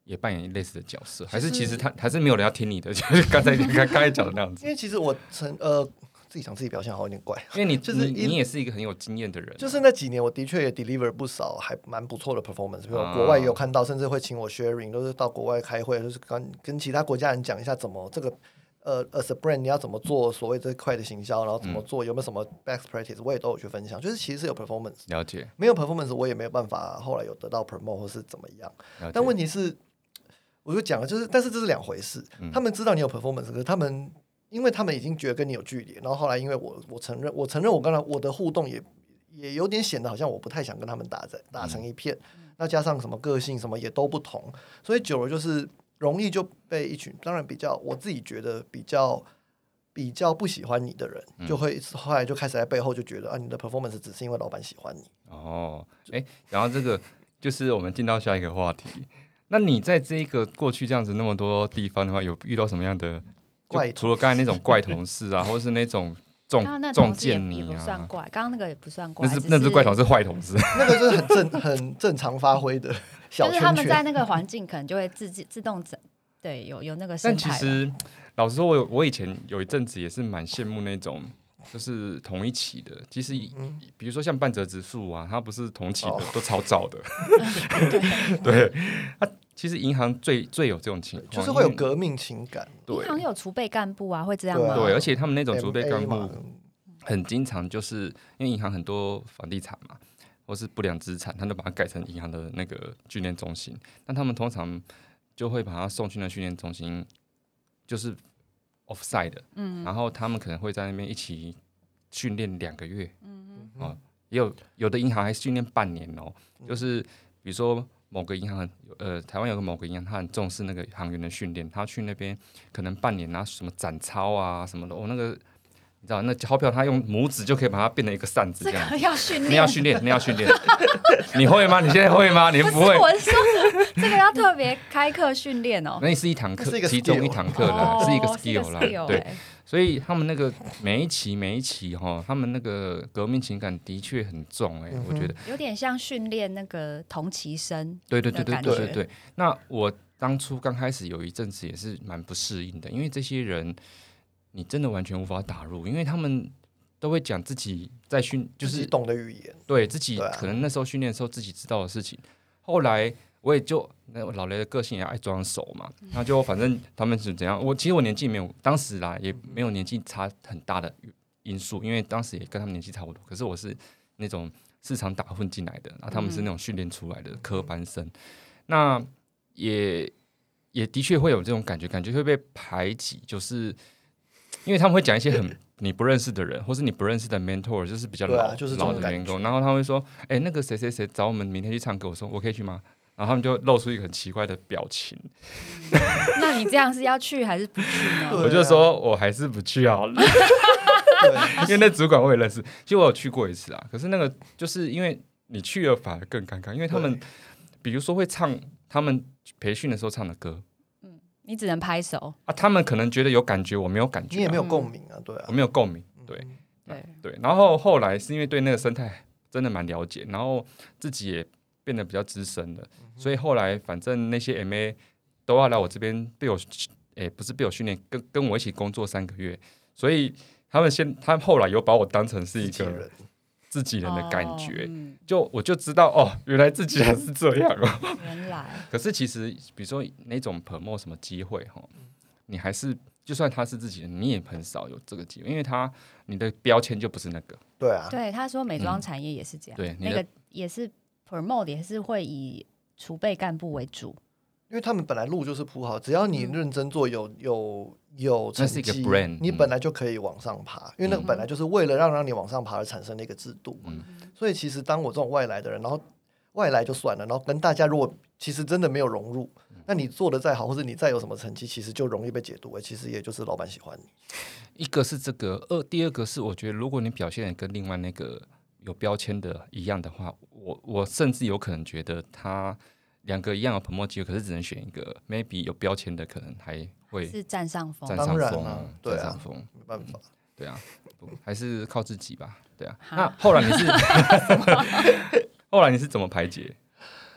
也扮演类似的角色，还是其实他还是没有人要听你的，就是刚才刚刚才讲的那样子。 因为其实我曾呃自己想自己表现好有点怪， 因为你就是你你也是一个很有经验的人、啊， 就是那几年我的确也 deliver 不少还蛮不错的 performance， 比如国外也有看到，甚至会请我 sharing， 都是到国外开会，就是跟跟其他国家人讲一下怎么这个呃 as a brand 你要怎么做所谓这块的行销，然后怎么做，有没有什么 best practice， 我也都有去分享，就是其实是有 performance， 了解， 没有 performance 我也没有办法后来有得到 promote 或是怎么样，但问题是。我就讲了，就是，但是这是两回事。嗯、他们知道你有 performance， 可是他们，因为他们已经觉得跟你有距离，然后后来因为我，我承认，我承认我刚才我的互动也也有点显得好像我不太想跟他们打在打成一片。嗯、那加上什么个性什么也都不同，所以久了就是容易就被一群，当然比较我自己觉得比较比较不喜欢你的人，嗯、就会后来就开始在背后就觉得啊，你的 performance 只是因为老板喜欢你。哦， 哎，然后这个就是我们进到下一个话题。那你在这个过去这样子那么多地方的话，有遇到什么样的怪？ 除了刚才那种怪同事啊，或是那种重重见你啊， 不算怪。刚刚那个也不算怪， 那是那是怪同事，坏同事。 那个就是很正很正常发挥的小圈圈。 就是他们在那个环境可能就会自自动对有有那个生态。 但其实老实说，我我以前有一阵子也是蛮羡慕那种。就是同一期的，其实比如说像半泽直树啊，他不是同期的、哦、都超早的，对，他其实银行最最有这种情况， 就是会有革命情感。 银行有储备干部啊，会这样吗？ 对，而且他们那种储备干部很经常就是因为银行很多房地产嘛，或是不良资产，他都把它改成银行的那个训练中心，那他们通常就会把它送去那训练中心，就是。offside 的、嗯，然后他们可能会在那边一起训练两个月，嗯哦，也有有的银行还训练半年哦，嗯、就是比如说某个银行，呃，台湾有个某个银行，他很重视那个行员的训练，他去那边可能半年啊，什么展操啊什么的，哦，那个你知道，那钞票他用拇指就可以把它变成一个扇子这样子， 这个要训练， 你要训练，你要训练，你会吗？你现在会吗？你不会？ 我是说这个要特别开课训练哦。 那是一堂课，其中一堂课啦，是一个 skill 啦，对。所以他们那个每一期每一期哈，他们那个革命情感的确很重哎、欸，嗯、我觉得有点像训练那个同期生。 对对对对对对对。那我当初刚开始有一阵子也是蛮不适应的，因为这些人你真的完全无法打入，因为他们都会讲自己在训，就是自己懂的语言， 对自己可能那时候训练的时候自己知道的事情，后来。我也就那老雷的个性也爱装熟嘛，那就反正他们是怎样，我其实我年纪没有当时啦，也没有年纪差很大的因素，因为当时也跟他们年纪差不多。可是我是那种市场打混进来的，然后他们是那种训练出来的科班生，那也也的确会有这种感觉，感觉会被排挤，就是因为他们会讲一些很你不认识的人，或是你不认识的 mentor， 就是比较老、啊就是、老的员工，然后他会说，哎、欸，那个谁谁谁找我们明天去唱歌，我说我可以去吗？然后他们就露出一个很奇怪的表情。 那你这样是要去还是不去呢？ 我就说我还是不去好了，因为那主管我也认识，其实我有去过一次啊。可是那个就是因为你去了反而更尴尬，因为他们比如说会唱他们培训的时候唱的歌， 嗯，你只能拍手啊。他们可能觉得有感觉，我没有感觉、啊， 你也没有共鸣啊，对啊， 我没有共鸣，对、 嗯、对对。然后后来是因为对那个生态真的蛮了解，然后自己也。变得比较资深了，所以后来反正那些 M A 都要来我这边被我，诶、欸、不是被我训练，跟跟我一起工作三个月，所以他们先，他们后来有把我当成是一个自己人的感觉，哦嗯、就我就知道哦，原来自己人是这样哦。 原来， 可是其实比如说那种 promote 什么机会哈，你还是就算他是自己人，你也很少有这个机会，因为他你的标签就不是那个。 对啊， 对，他说美妆产业也是这样， 嗯、对， 那个也是。promote 也是会以储备干部为主， 因为他们本来路就是铺好，只要你认真做有，有有成绩，你本来就可以往上爬。因为那个本来就是为了让让你往上爬而产生的一个制度嘛。嗯、所以其实当我这种外来的人，然后外来就算了，然后跟大家如果其实真的没有融入，那你做的再好，或者你再有什么成绩，其实就容易被解读为其实也就是老板喜欢你。 一个是这个，二第二个是我觉得如果你表现的跟另外那个。有标签的一样的话，我我甚至有可能觉得他两个一样的 promote 机会，可是只能选一个 ，maybe 有标签的可能还会是占上风， 占上风， 啊，对啊， 占上风， 没办法， 嗯、对啊，还是靠自己吧，对啊。那后来你是后来你是怎么排解？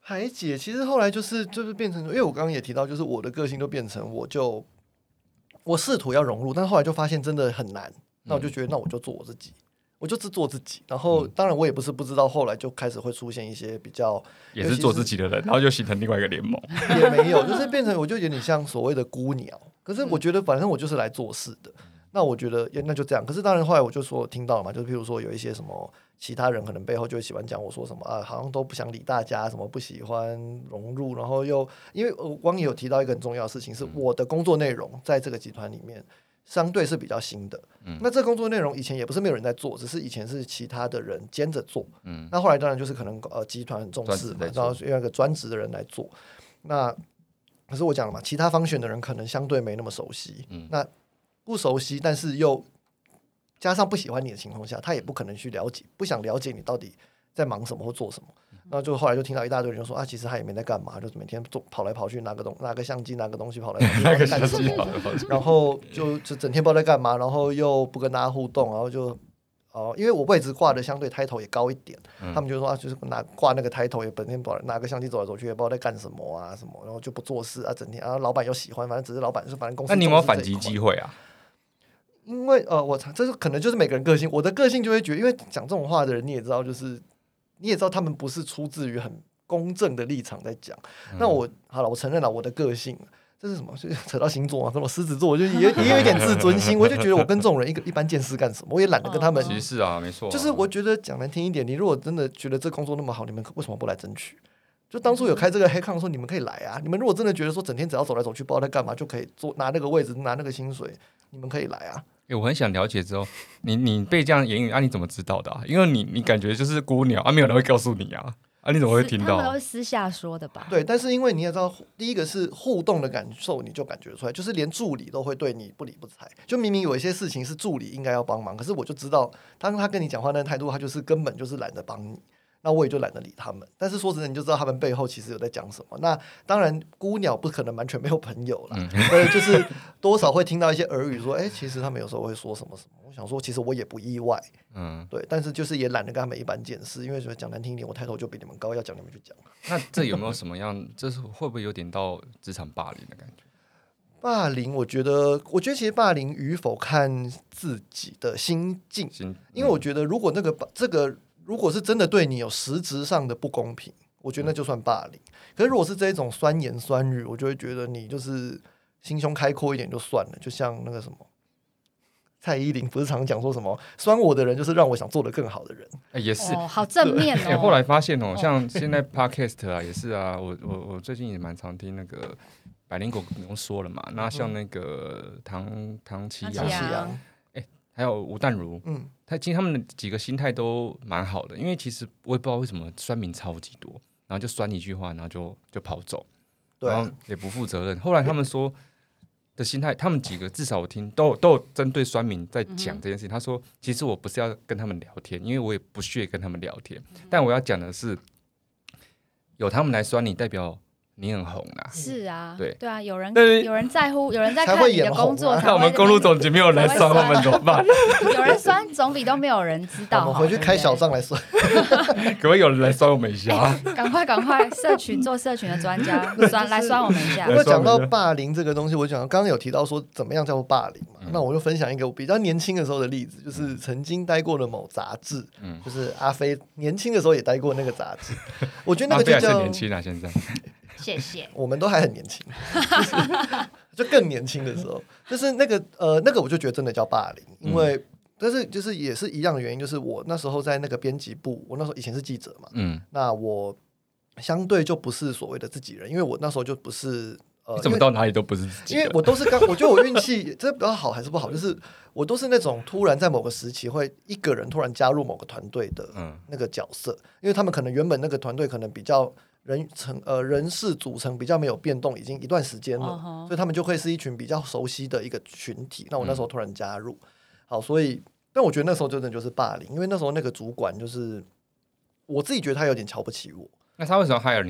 排解其实后来就是就是变成，因为我刚刚也提到，就是我的个性就变成我就我试图要融入，但后来就发现真的很难，那我就觉得那我就做我自己。我就只做自己，然后当然我也不是不知道，后来就开始会出现一些比较也是做自己的人，然后就形成另外一个联盟， 也没有，就是变成我就有点像所谓的孤鸟。可是我觉得反正我就是来做事的，那我觉得那就这样。可是当然后来我就说听到了嘛，就是譬如说有一些什么其他人可能背后就喜欢讲我说什么啊，好像都不想理大家，什么不喜欢融入，然后又因为我刚也有提到一个很重要的事情，是我的工作内容在这个集团里面。相对是比较新的，嗯、那这工作内容以前也不是没有人在做，只是以前是其他的人兼着做，嗯、那后来当然就是可能呃集团很重视嘛，然后用一个专职的人来做。那可是我讲了嘛，其他方选的人可能相对没那么熟悉，嗯、那不熟悉，但是又加上不喜欢你的情况下，他也不可能去了解，不想了解你到底在忙什么或做什么。然后就后来就听到一大堆人就说啊，其实他也没在干嘛，就是每天做跑来跑去，拿个东拿个相机，拿个东西跑来跑去， 拿个相机跑来跑去， 然后就就整天不知道在干嘛，然后又不跟大家互动，然后就哦、呃，因为我位置挂的相对 title 也高一点，嗯、他们就说啊，就是拿挂那个 title 也本天跑拿个相机走来走去，也不知道在干什么啊什么，然后就不做事啊，整天啊，老板又喜欢，反正只是老板是反正公司。 那你有没有反击机会啊？ 因为呃，我这是可能就是每个人个性，我的个性就会觉得，因为讲这种话的人你也知道，就是你也知道他们不是出自于很公正的立场在讲。嗯、那我好了，我承认了我的个性，这是什么？就是扯到星座嘛，什么狮子座，我就也也有一点自尊心，我就觉得我跟这种人一个一般见识干什么？我也懒得跟他们。 其实是啊，没错、啊。 就是我觉得讲难听一点，你如果真的觉得这工作那么好，你们为什么不来争取？就当初有开这个黑抗说你们可以来啊，你们如果真的觉得说整天只要走来走去，不知道在干嘛，就可以做拿那个位置拿那个薪水，你们可以来啊。 欸、我很想了解之后，你你被这样言语啊，你怎么知道的、啊？因为你你感觉就是孤鸟啊，没有人会告诉你啊，啊你怎么会听到、啊？ 他们都是私下说的吧？ 对，但是因为你也知道，第一个是互动的感受，你就感觉出来，就是连助理都会对你不理不睬。就明明有一些事情是助理应该要帮忙，可是我就知道，当他跟你讲话那态度，他就是根本就是懒得帮你。那我也就懒得理他们，但是说真的，你就知道他们背后其实有在讲什么。那当然，孤鸟不可能完全没有朋友啦，嗯、所以就是多少会听到一些耳语说，哎、欸，其实他们有时候会说什么什么。我想说，其实我也不意外，嗯，对，但是就是也懒得跟他们一般见识，因为讲难听一点，我抬头就比你们高，要讲你们就讲。 那这有没有什么样？这是会不会有点到职场霸凌的感觉？ 霸凌，我觉得，我觉得其实霸凌与否看自己的心境，嗯、因为我觉得如果那个这个。如果是真的对你有实质上的不公平，我觉得那就算霸凌。可是如果是这种酸言酸语，我就会觉得你就是心胸开阔一点就算了。就像那个什么蔡依林不是常讲说什么酸我的人就是让我想做得更好的人， 欸、也是、 哦、好正面哦、 欸。后来发现哦，像现在 podcast 啊也是啊，我我我最近也蛮常听那个百灵果不用说了嘛，那像那个唐唐綺阳。还有吴淡如，嗯，他其实他们的几个心态都蛮好的，因为其实我也不知道为什么酸民超级多，然后就酸一句话，然后就就跑走，对、啊，然后也不负责任。后来他们说的心态，他们几个至少我听都有都有针对酸民在讲这件事情。嗯、他说，其实我不是要跟他们聊天，因为我也不屑跟他们聊天，嗯、但我要讲的是，有他们来酸你，代表。你很红啊！ 是啊， 对对啊，有人有人在乎，有人在看你的工作。 那、 啊、我们公路总局没有人酸我们怎么办？ 有人酸总比都没有人知道。 我们回去开小账来酸， 可不可以有人来酸我们一下？ 赶快赶快，社群做社群的专家酸来酸我们一下。 如果讲到霸凌这个东西，我讲刚刚有提到说怎么样叫做霸凌嘛，嗯、那我就分享一个我比较年轻的时候的例子，就是曾经待过的某杂志，嗯、就是阿飞年轻的时候也待过那个杂志，我觉得那个就叫阿飞还是年轻啊，现在。 谢谢， 我们都还很年轻，就是就更年轻的时候，就是那个呃那个我就觉得真的叫霸凌，因为、嗯、但是就是也是一样的原因，就是我那时候在那个编辑部，我那时候以前是记者嘛，嗯，那我相对就不是所谓的自己人，因为我那时候就不是呃， 怎么到哪里都不是自己人， 因为我都是刚，我觉得我运气这比较好还是不好，就是我都是那种突然在某个时期会一个人突然加入某个团队的那个角色，嗯、因为他们可能原本那个团队可能比较。人成呃人事组成比较没有变动，已经一段时间了， uh-huh. 所以他们就会是一群比较熟悉的一个群体。那我那时候突然加入，嗯、好，所以但我觉得那时候真的就是霸凌，因为那时候那个主管就是我自己觉得他有点瞧不起我。 那他为什么要 hire 你啊？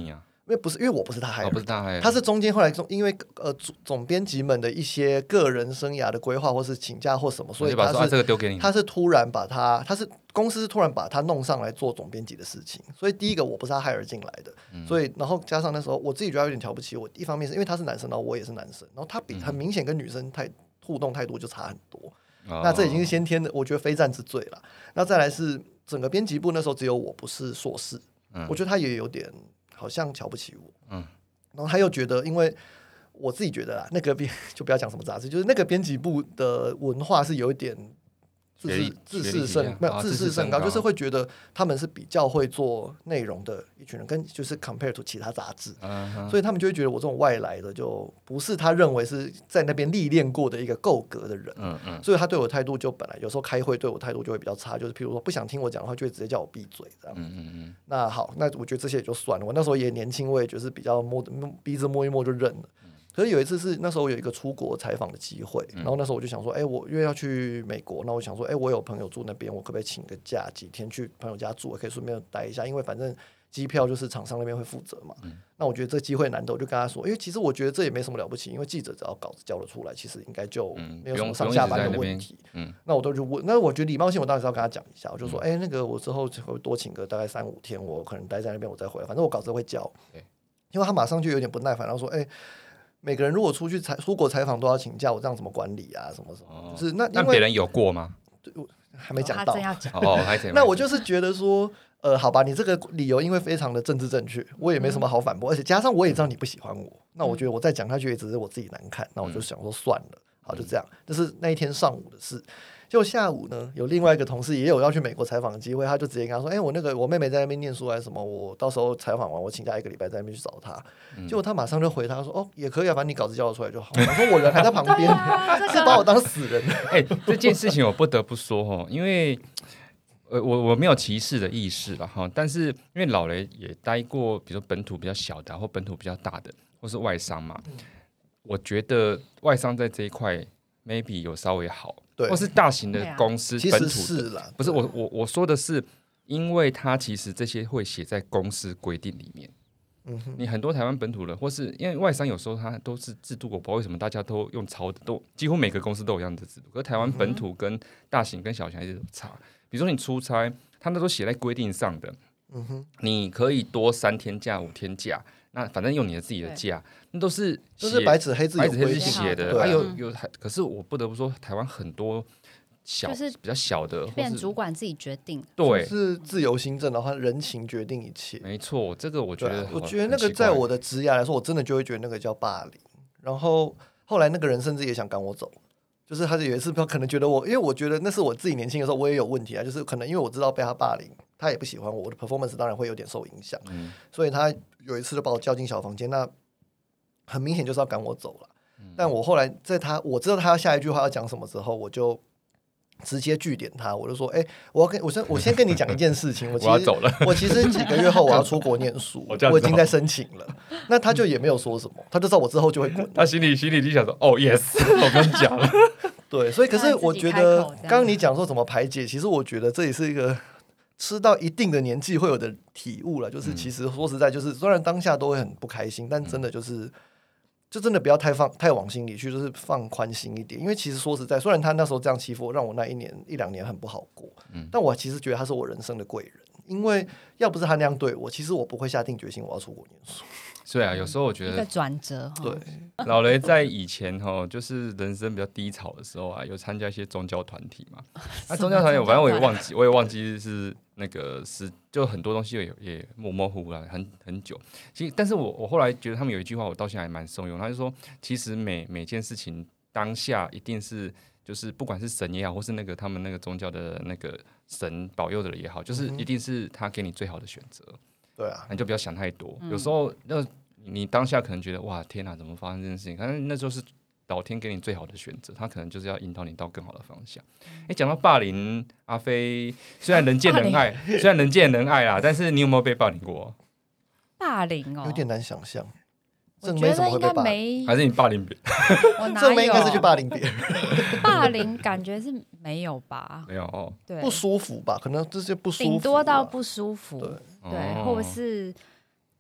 因为不是因为我不是他害、哦， 不是他害， 他是中间后来因为呃总总编辑们的一些个人生涯的规划，或是请假或什么，所以他是、 啊、这个丢给你， 他是突然把他，他是公司突然把他弄上来做总编辑的事情，所以第一个我不是他害而进来的，嗯、所以然后加上那时候我自己觉得有点瞧不起我，一方面是因为他是男生，然后我也是男生，然后他比很明显跟女生太互动态度就差很多，嗯、那这已经是先天的，我觉得非战之罪了。那再来是整个编辑部那时候只有我不是硕士，嗯、我觉得他也有点。好像瞧不起我，嗯，然后他又觉得，因为我自己觉得啦，那个编就不要讲什么杂志，就是那个编辑部的文化是有一点就是自视甚没有自视甚高，就是会觉得他们是比较会做内容的一群人，跟就是 compare to 其他杂志，嗯、所以他们就会觉得我这种外来的就不是他认为是在那边历练过的一个够格的人，嗯嗯，所以他对我态度就本来有时候开会对我态度就会比较差，就是譬如说不想听我讲的话，就会直接叫我闭嘴这样，嗯嗯嗯。那好，那我觉得这些也就算了，我那时候也年轻，我也就是比较摸鼻子摸一摸就认了。可是有一次是那时候有一个出国采访的机会，然后那时候我就想说，哎、欸，我因为要去美国，那我想说，哎、欸，我有朋友住那边，我可不可以请个假几天去朋友家住，我可以顺便待一下，因为反正机票就是厂商那边会负责嘛。嗯、那我觉得这机会难得，我就跟他说，因为其实我觉得这也没什么了不起，因为记者只要稿子交了出来，其实应该就没有什么上下班的问题。嗯、那, 那我都就问，那我觉得礼貌性我当然是要跟他讲一下，我就说，哎、欸，那个我之后会多请个大概三五天，我可能待在那边，我再回来，反正我稿子会交。因为他马上就有点不耐烦，然后说，哎、欸。每个人如果出去采出国采访都要请假，我这样怎么管理啊？什么什么？哦、就是那那别人有过吗？ 还没讲到。 哦， 那我就是觉得说，呃，好吧，你这个理由因为非常的政治正确，我也没什么好反驳，嗯、而且加上我也知道你不喜欢我，那我觉得我再讲下去也只是我自己难看，那我就想说算了，好就这样。这是那一天上午的事。就下午呢，有另外一个同事也有要去美国采访的机会，他就直接跟他说：“哎、欸，我那个我妹妹在那边念书还是什么，我到时候采访完，我请假一个礼拜在那边去找她。嗯”结果他马上就回他说：“哦，也可以啊，反正你稿子交得出来就好。”我说：“我人还在旁边，是把我当死人。” 哎、欸，这件事情我不得不说哦，因为呃我我没有歧视的意识了哈，但是因为老雷也待过，比如说本土比较小的或本土比较大的，或是外商嘛，嗯、我觉得外商在这一块 maybe 有稍微好。或是大型的公司，本土的其实是啦， 不是我我我说的是，因为它其实这些会写在公司规定里面。嗯哼，你很多台湾本土的，或是因为外商有时候它都是制度，我不知道为什么大家都用抄的，都几乎每个公司都有一样的制度。可是台湾本土跟大型跟小型还是有差。比如说你出差，他们都写在规定上的。嗯哼，你可以多三天假、五天假。那反正用你的自己的假，那都是都是白纸黑字白纸黑字写的。还、啊、有有，可是我不得不说，台湾很多小、就是、比较小的， 变主管自己决定， 对，是自由行政的话，人情决定一切。 没错，这个我觉得， 我觉得那个在我的职涯来说，我真的就会觉得那个叫霸凌。然后后来那个人甚至也想赶我走，就是他有一次可能觉得我，因为我觉得那是我自己年轻的时候，我也有问题啊，就是可能因为我知道被他霸凌，他也不喜欢我，我的 performance 当然会有点受影响，嗯、所以他有一次就把我叫进小房间，那很明显就是要赶我走了。嗯、但我后来在他我知道他下一句话要讲什么之后，我就直接句点他，我就说：“哎、欸，我要跟我先我先跟你讲一件事情，我其实我要走了， 我其实几个月后我要出国念书，我, 我已经在申请了。”那他就也没有说什么，他就知道我之后就会滚。 他心里心里就想说：“哦 ，yes， 我跟你讲了。” 对，所以可是我觉得，刚刚你讲说怎么排解，其实我觉得这也是一个吃到一定的年纪会有的体悟了。就是其实说实在，就是虽然当下都会很不开心，但真的就是。就真的不要太放太往心里去，就是放宽心一点。因为其实说实在，虽然他那时候这样欺负我，让我那一年一两年很不好过，嗯、但我其实觉得他是我人生的贵人。因为要不是他那样对我，其实我不会下定决心我要出国念书。 对啊，有时候我觉得一个转折。 对， 老雷在以前哈，就是人生比较低潮的时候啊，有参加一些宗教团体嘛。那宗教团体，反正我也忘记，我也忘记是那个是，就很多东西也也模模糊糊了，很很久。其实，但是我我后来觉得他们有一句话，我到现在还蛮受用。他就说，其实每每件事情当下一定是。就是不管是神也好，或是那个他们那个宗教的那个神保佑的人也好，就是一定是他给你最好的选择。 对啊， 你就不要想太多。嗯、有时候那你当下可能觉得哇天哪，怎么发生这件事情？可是那就是老天给你最好的选择，他可能就是要引导你到更好的方向。哎、欸，讲到霸凌，阿飞虽然人见人爱，虽然人见人爱啦，但是你有没有被霸凌过？ 霸凌哦， 有点难想象。 我觉得应该没， 还是你霸凌别人？ 正妹应该是去霸凌别人。 霸凌感觉是没有吧？ 没有哦， 对， 不舒服吧？可能这些不舒服， 顶多到不舒服， 对， 对，或者是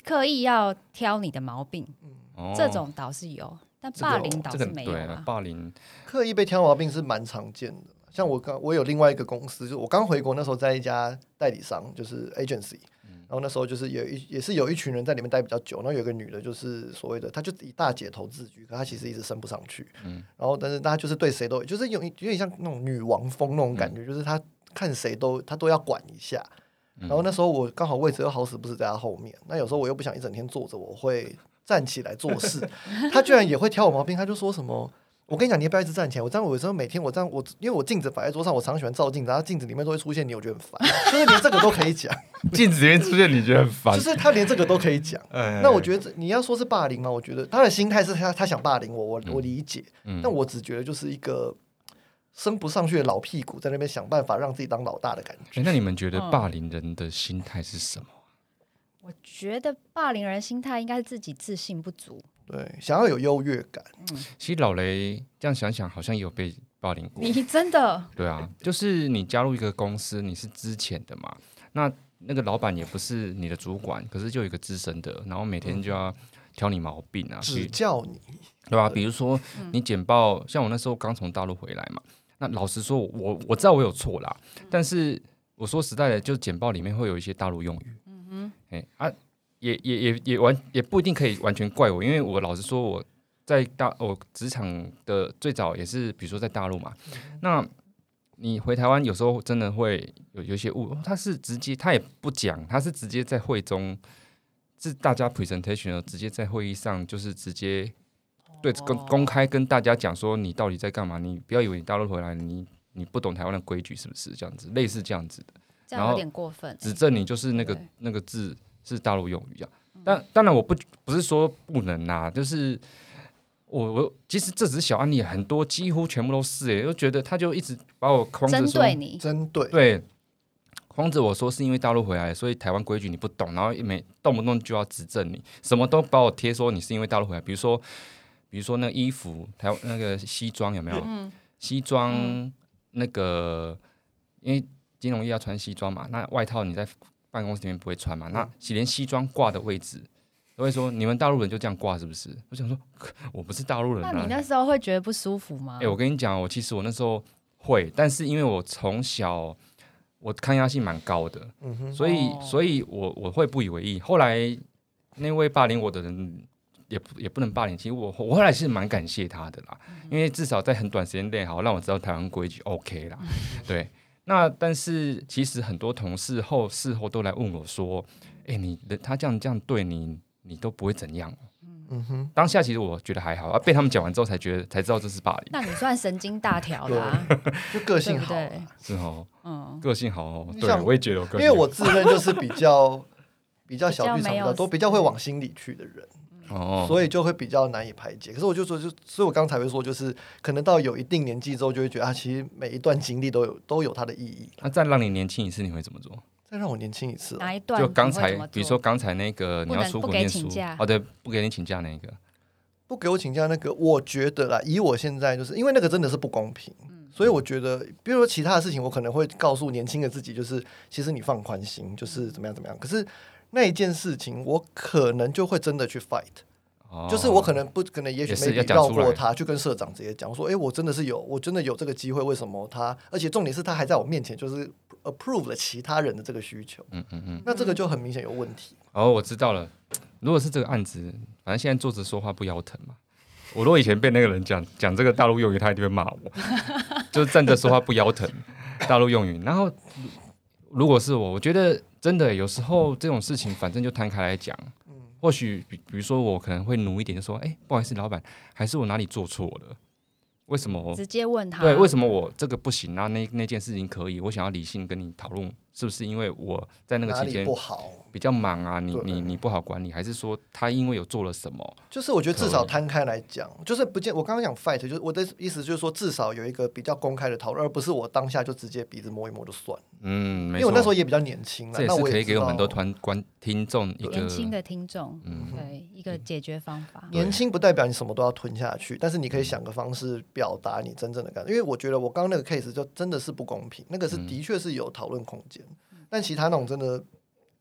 刻意要挑你的毛病， 哦、 这种倒是有，但霸凌倒是没有、啊这个、对霸凌刻意被挑毛病是蛮常见的。像我刚我有另外一个公司，就我刚回国那时候在一家代理商，就是 agency，、嗯、然后那时候就是有一也是有一群人在里面待比较久，然后有一个女的，就是所谓的她就以大姐头自居，可她其实一直升不上去，嗯、然后但是她就是对谁都就是有有点像那种女王风那种感觉，嗯、就是她看谁都她都要管一下。然后那时候我刚好位置又好死不死在她后面，那有时候我又不想一整天坐着，我会站起来做事，她居然也会挑我毛病，她就说什么。我跟你讲，你要不要一直站起来？我这样，我有时候每天我这样，我因为我镜子摆在桌上，我常喜欢照镜子，然后镜子里面都会出现你，我觉得很烦。就是连这个都可以讲， 镜子里面出现你觉得很烦， 就是他连这个都可以讲。那我觉得你要说是霸凌吗？我觉得他的心态是他他想霸凌我，我我理解。嗯、但我只觉得就是一个升不上去的老屁股，在那边想办法让自己当老大的感觉。 欸、那你们觉得霸凌人的心态是什么？ 我觉得霸凌人心态应该是自己自信不足。 对，想要有优越感。 嗯、其实老雷这样想想，好像也有被霸凌过。 你真的？ 对啊，就是你加入一个公司，你是资浅的嘛，那那个老板也不是你的主管，可是就有一个资深的，然后每天就要挑你毛病啊， 指教你， 对吧、啊？比如说你简报，像我那时候刚从大陆回来嘛，那老实说我我知道我有错啦，但是我说实在的，就简报里面会有一些大陆用语，嗯哼，哎啊。也也也也完也不一定可以完全怪我，因为我老实说，我在大我职场的最早也是，比如说在大陆嘛。嗯、那你回台湾有时候真的会有有一些误，他是直接他也不讲，他是直接在会中，是大家 presentation 直接在会议上就是直接对公公开跟大家讲说你到底在干嘛，你不要以为你大陆回来你你不懂台湾的规矩是不是这样子，类似这样子的， 这样有点过分、欸， 指正你就是那个那个字。是大陆用语这样，但当然我不不是说不能啦、啊，就是我我其实这只是小案例，很多几乎全部都是哎、欸，就觉得他就一直把我框着说， 针对你， 针对对，框着我说是因为大陆回来，所以台湾规矩你不懂，然后每动不动就要指正你，什么都把我贴说你是因为大陆回来，比如说比如说那个衣服，台湾那个西装有没有？嗯、西装、嗯、那个因为金融业要穿西装嘛，那外套你在办公室里面不会穿嘛？那连西装挂的位置都会说你们大陆人就这样挂是不是？我想说我不是大陆人啊。 那你那时候会觉得不舒服吗？ 哎、欸，我跟你讲，我其实我那时候会，但是因为我从小我抗压性蛮高的，嗯、所以所以我我会不以为意。后来那位霸凌我的人也不也不能霸凌，其实我我后来是蛮感谢他的啦，嗯、因为至少在很短时间内好让我知道台湾规矩 OK 啦，对。那但是其实很多同事后事后都来问我说：“哎、欸，你他这样这样对你，你都不会怎样？”嗯哼，当下其实我觉得还好，啊，被他们讲完之后才觉得才知道这是霸凌。 那你算神经大条啦、啊， 就个性好、啊， 对对是哦，嗯，个性好哦，对，我也觉得我个性好， 因为我自认就是比较比较小剧场比较多，比较会往心里去的人。哦，所以就会比较难以排解。可是我就说，就所以我刚才会说，就是可能到有一定年纪之后，就会觉得啊，其实每一段经历都有都有它的意义。 那、啊、再让你年轻一次，你会怎么做？ 再让我年轻一次、哦， 哪一段？ 就刚才，比如说刚才那个你要出国念书，哦，对，不给你请假那个， 不给我请假那个，我觉得啦，以我现在就是因为那个真的是不公平，嗯、所以我觉得，比如说其他的事情，我可能会告诉年轻的自己，就是其实你放宽心，就是怎么样怎么样。可是那一件事情，我可能就会真的去 fight。哦、就是我可能不可能，也许没绕过他，去跟社长直接讲说：“哎、欸，我真的是有，我真的有这个机会，为什么他？而且重点是他还在我面前，就是 approve 了其他人的这个需求。嗯嗯嗯，那这个就很明显有问题。 哦，我知道了。如果是这个案子，反正现在坐着说话不腰疼嘛。我如果以前被那个人讲讲这个大陆用语，他一定会骂我，就是站着说话不腰疼，大陆用语。然后如果是我，我觉得真的有时候这种事情，反正就摊开来讲。或许比比如说我可能会努一点，就说，哎、欸，不好意思，老板，还是我哪里做错了？为什么？ 直接问他。 对，为什么我这个不行啊？那那件事情可以，我想要理性跟你讨论，是不是因为我在那个期间不好， 比较忙啊？你你你不好管理，还是说他因为有做了什么？ 就是我觉得至少摊开来讲，就是不见我刚刚讲 fight， 就是我的意思就是说，至少有一个比较公开的讨论，而不是我当下就直接鼻子摸一摸就算。嗯，没错，因为我那时候也比较年轻， 这也是可以给我们很多团观听众一个年轻的听众，嗯，对，一个解决方法。 年轻不代表你什么都要吞下去，但是你可以想个方式表达你真正的感觉。因为我觉得我刚刚那个 case 就真的是不公平，那个是的确是有讨论空间，嗯、但其他那种真的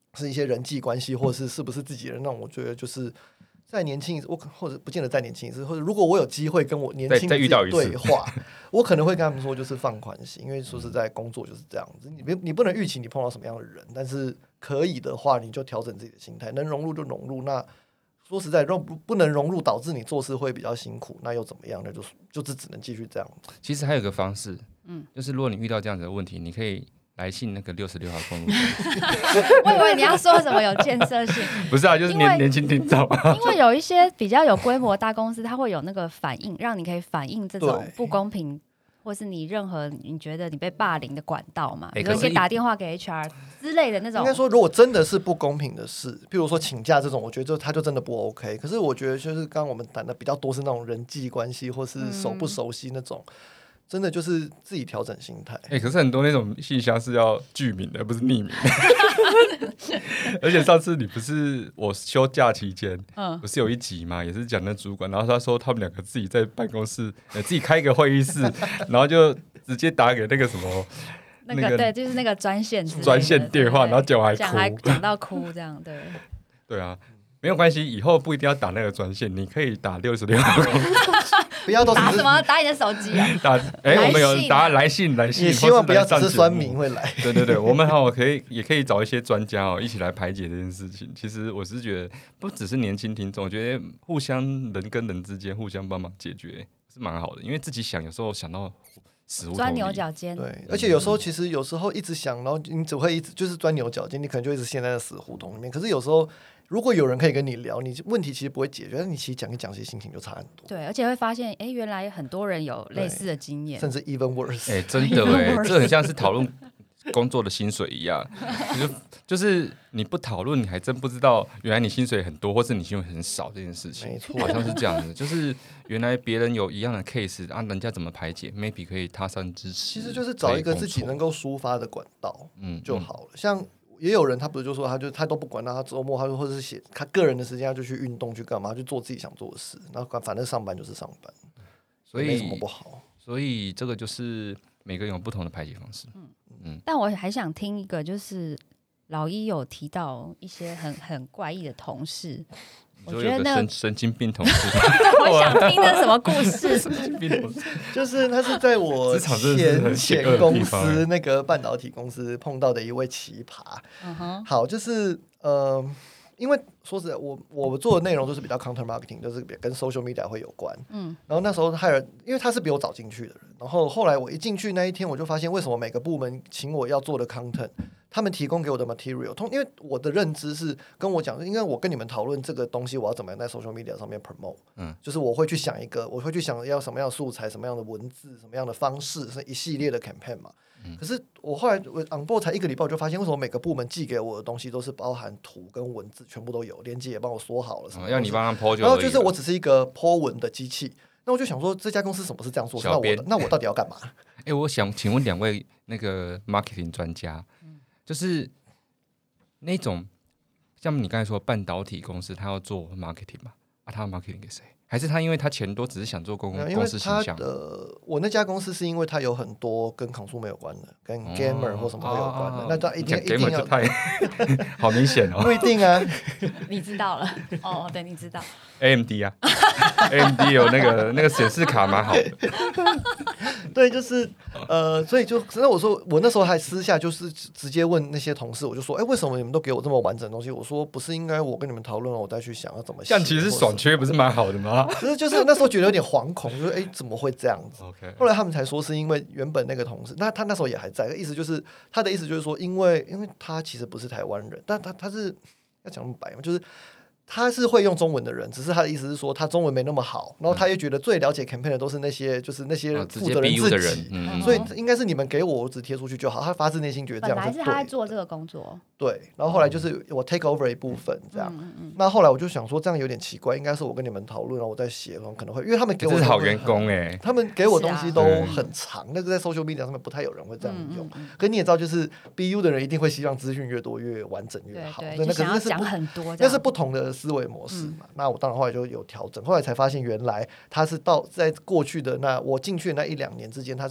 是一些人际关系，或者是是不是自己人那种，我觉得就是再年轻一次，我或者不见得再年轻一次，或者如果我有机会跟我年轻的自己对话，我可能会跟他们说，就是放宽心，因为说实在，工作就是这样子，你你不能预期你碰到什么样的人，但是可以的话，你就调整自己的心态，能融入就融入。那说实在，如果不能融入，导致你做事会比较辛苦，那又怎么样？那就就是只能继续这样。 其实还有一个方式，嗯，就是如果你遇到这样子的问题，你可以来信那个六十六号公路。 我以为你要说什么有建设性， 不是啊，就是年年轻听众。 因为有一些比较有规模大公司，它会有那个反应，让你可以反映这种不公平，或是你任何你觉得你被霸凌的管道嘛，比如你可以打电话给 H R 之类的那种。 应该说，如果真的是不公平的事，譬如说请假这种，我觉得就他就真的不 OK。可是我觉得就是刚刚我们谈的比较多是那种人际关系，或是熟不熟悉那种。嗯，真的就是自己调整心态。 哎、欸，可是很多那种信箱是要具名的，不是匿名的。而且上次你不是我休假期间，嗯，不是有一集嘛，也是讲那主管，然后他说他们两个自己在办公室，呃，自己开一个会议室，然后就直接打给那个什么。 那个、那个、对，就是那个专线专线电话，然后讲还哭， 讲到哭这样，对。 对啊，没有关系，以后不一定要打那个专线，你可以打六十六号。 不要都打什么？打你的手机啊？ 打哎、欸，我们有打来信来信， 也希望不要只是酸民会来。 对对对，我们好可以也可以找一些专家哦，一起来排解这件事情。其实我是觉得，不只是年轻听众，我觉得互相人跟人之间互相帮忙解决是蛮好的，因为自己想有时候想到死胡同里钻牛角尖。 对，而且有时候其实有时候一直想，然后你只会一直就是钻牛角尖，你可能就一直陷在死胡同里面。可是有时候。如果有人可以跟你聊，你问题其实不会解决，但你其实讲一讲，其实心情就差很多。 对，而且会发现，哎，原来很多人有类似的经验， 甚至 even worse。 哎，真的哎，这很像是讨论工作的薪水一样，就就是你不讨论，你还真不知道原来你薪水很多，或是你薪水很少这件事情。 没错， 好像是这样子，就是原来别人有一样的 case 啊，人家怎么排解 ，maybe 可以他山之石。 其实就是找一个自己能够抒发的管道，嗯，就好了。嗯、像。也有人他不是就说他就他都不管，那他周末他或者是写他个人的时间，他就去运动去干嘛，去做自己想做的事，然后反正上班就是上班， 所以没什么不好。 所以这个就是每个人有不同的排解方式。嗯嗯。但我还想听一个，就是老一有提到一些很很怪异的同事。 我觉得那个神经病同事， 我想听的什么故事？ 神经病同事就是他是在我前前公司那个半导体公司碰到的一位奇葩。嗯、好，就是呃，因为说实在，我我做的内容就是比较 counter marketing， 就是跟 social media 会有关。嗯，然后那时候害人，因为他是比我早进去的人，然后后来我一进去那一天，我就发现为什么每个部门请我要做的 content。他们提供给我的 material， 通因为我的认知是跟我讲，因为我跟你们讨论这个东西，我要怎么样在 social media 上面 promote，嗯，就是我会去想一个，我会去想要什么样的素材、什么样的文字、什么样的方式，是一系列的 campaign 嘛。嗯、可是我后来我 on board 才一个礼拜，我就发现为什么每个部门寄给我的东西都是包含图跟文字，全部都有，连接也帮我说好了什么、 哦，要你帮他 po 就。 然后就是我只是一个 po 文的机器，那我就想说这家公司什么是这样做？那我那我到底要干嘛？ 哎、欸，我想请问两位那个 marketing 专家，嗯、就是。那种像你刚才说半导体公司，他要做 marketing 嘛？啊，他要 marketing 给谁？还是他因为他钱多，只是想做公公司形象？ 的我那家公司是因为他有很多跟 consumer 有关的，跟 gamer 或什么有关的，哦、那他一定一定要太好明显哦。 不一定啊， 你知道了哦，对，你知道 A M D 啊，A M D 有那个那个显示卡蛮好的。 对，就是呃，所以就，那我说，我那时候还私下就是直接问那些同事，我就说，哎，为什么你们都给我这么完整的东西？我说，不是应该我跟你们讨论了，我再去想要怎么写。 这样其实爽缺不是蛮好的吗？ 可是就是那时候觉得有点惶恐，就是哎，怎么会这样子？ Okay. 后来他们才说是因为原本那个同事，那他那时候也还在，意思就是他的意思就是说，因为因为他其实不是台湾人，但他他是要讲那么白嘛，就是。他是会用中文的人，只是他的意思是说他中文没那么好，然后他也觉得最了解 campaign 的都是那些就是那些负责人自己，嗯、所以应该是你们给我，我只贴出去就好。他发自内心觉得这样是对的。 本来是他在做这个工作， 对，然后后来就是我 take over 一部分这样。嗯嗯、那后来我就想说这样有点奇怪，应该是我跟你们讨论，然后我在写，然后可能会因为他们给我这是好员工哎、欸， 他们给我东西都很长，那个在 social media 上面不太有人会这样用。嗯嗯嗯、可你也知道，就是 B U 的人一定会希望资讯越多越完整越好， 对对，那个那是讲很多， 那是不同的思维模式。嗯那我当然后来就有调整，后来才发现原来他是到在过去的那我进去的那一两年之间，他是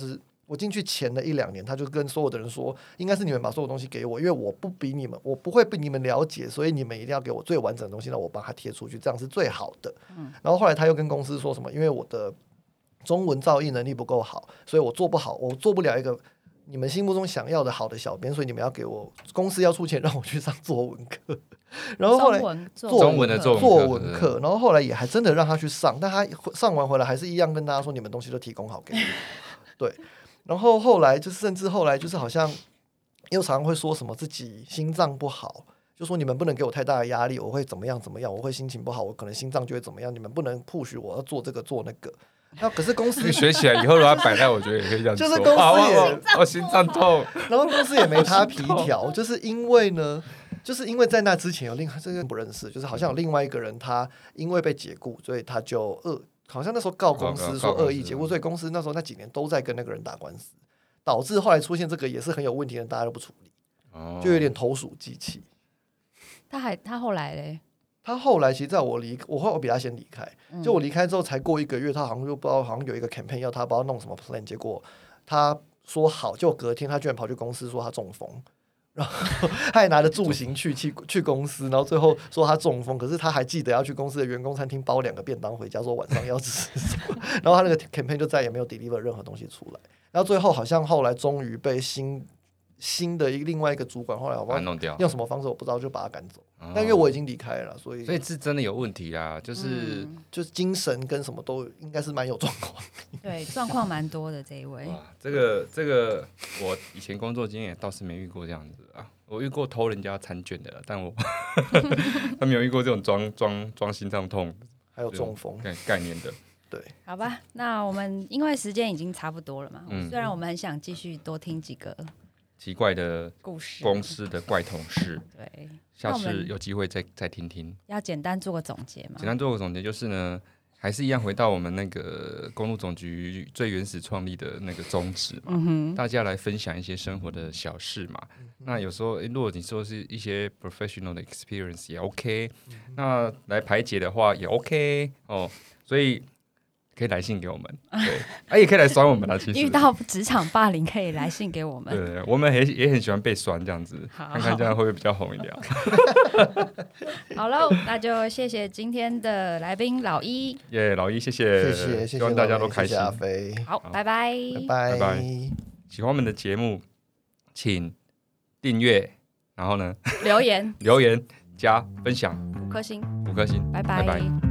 我进去前的一两年，他就跟所有的人说，应该是你们把所有东西给我，因为我不比你们，我不会比你们了解，所以你们一定要给我最完整的东西，让我帮他贴出去，这样是最好的。嗯、然后后来他又跟公司说什么，因为我的中文造诣能力不够好，所以我做不好，我做不了一个你们心目中想要的好的小编，所以你们要给我公司要出钱让我去上作文课。然后后来中文的作文课，然后后来也还真的让他去上，但他上完回来还是一样跟大家说你们东西都提供好给我。对，然后后来就是甚至后来就是好像又常常会说什么自己心脏不好，就说你们不能给我太大的压力，我会怎么样怎么样，我会心情不好，我可能心脏就会怎么样，你们不能 push 我要做这个做那个。那可是公司学起来以后，如果摆烂，我觉得也可以这样做。 就是公司也、啊、 我, 我心脏痛， 然后公司也没他皮条，就是因为呢，就是因为在那之前有另这个不认识，就是好像有另外一个人，他因为被解雇，所以他就恶，好像那时候告公司说恶意解雇，所以公司那时候那几年都在跟那个人打官司，导致后来出现这个也是很有问题的，大家都不处理，就有点投鼠忌器。 他还他后来嘞？ 他后来其实在我离我后来我比他先离开，就我离开之后才过一个月，他好像就不知道好像有一个 campaign 要他不知道弄什么 plan， 结果他说好，就隔天他居然跑去公司说他中风，然后他还拿着助行去去去公司，然后最后说他中风，可是他还记得要去公司的员工餐厅包两个便当回家，说晚上要吃什么，然后他那个 campaign 就再也没有 deliver 任何东西出来，然后最后好像后来终于被新新的一另外一个主管后来我弄掉， 用什么方式我不知道，就把他赶走。哦、但因为我已经离开了，所以所以是真的有问题啦，就是、 嗯、就是精神跟什么都应该是蛮有状况。 对，状况蛮多的这一位。 哇，这个这个我以前工作经验倒是没遇过这样子啊，我遇过偷人家餐券的，但我他没有遇过这种装装装心脏痛， 还有中风概念的。 对， 好吧，那我们因为时间已经差不多了嘛，嗯、虽然我们很想继续多听几个奇怪的故事， 公司的怪同事， 对， 下次有机会再再听听。 要简单做个总结嘛？ 简单做个总结就是呢，还是一样回到我们那个公路总局最原始创立的那个宗旨嘛，嗯、大家来分享一些生活的小事嘛。嗯、那有时候，如果你说是一些 professional 的 experience 也 OK，、嗯、那来排解的话也 OK 哦，所以。可以来信给我们，对，啊也可以来酸我们啦。其实遇到职场霸凌可以来信给我们， 对, 对，我们也也很喜欢被酸这样子，看看这样会不会比较红一点。 好喽，那就谢谢今天的来宾老一， 耶、yeah, 老一，谢谢， 谢谢，谢谢， 希望大家都开心。 谢谢阿飞， 好，拜拜， 拜拜拜。喜欢我们的节目，请订阅，然后呢， 留言， 留言加分享， 五颗星， 五颗星， 拜拜。 拜拜。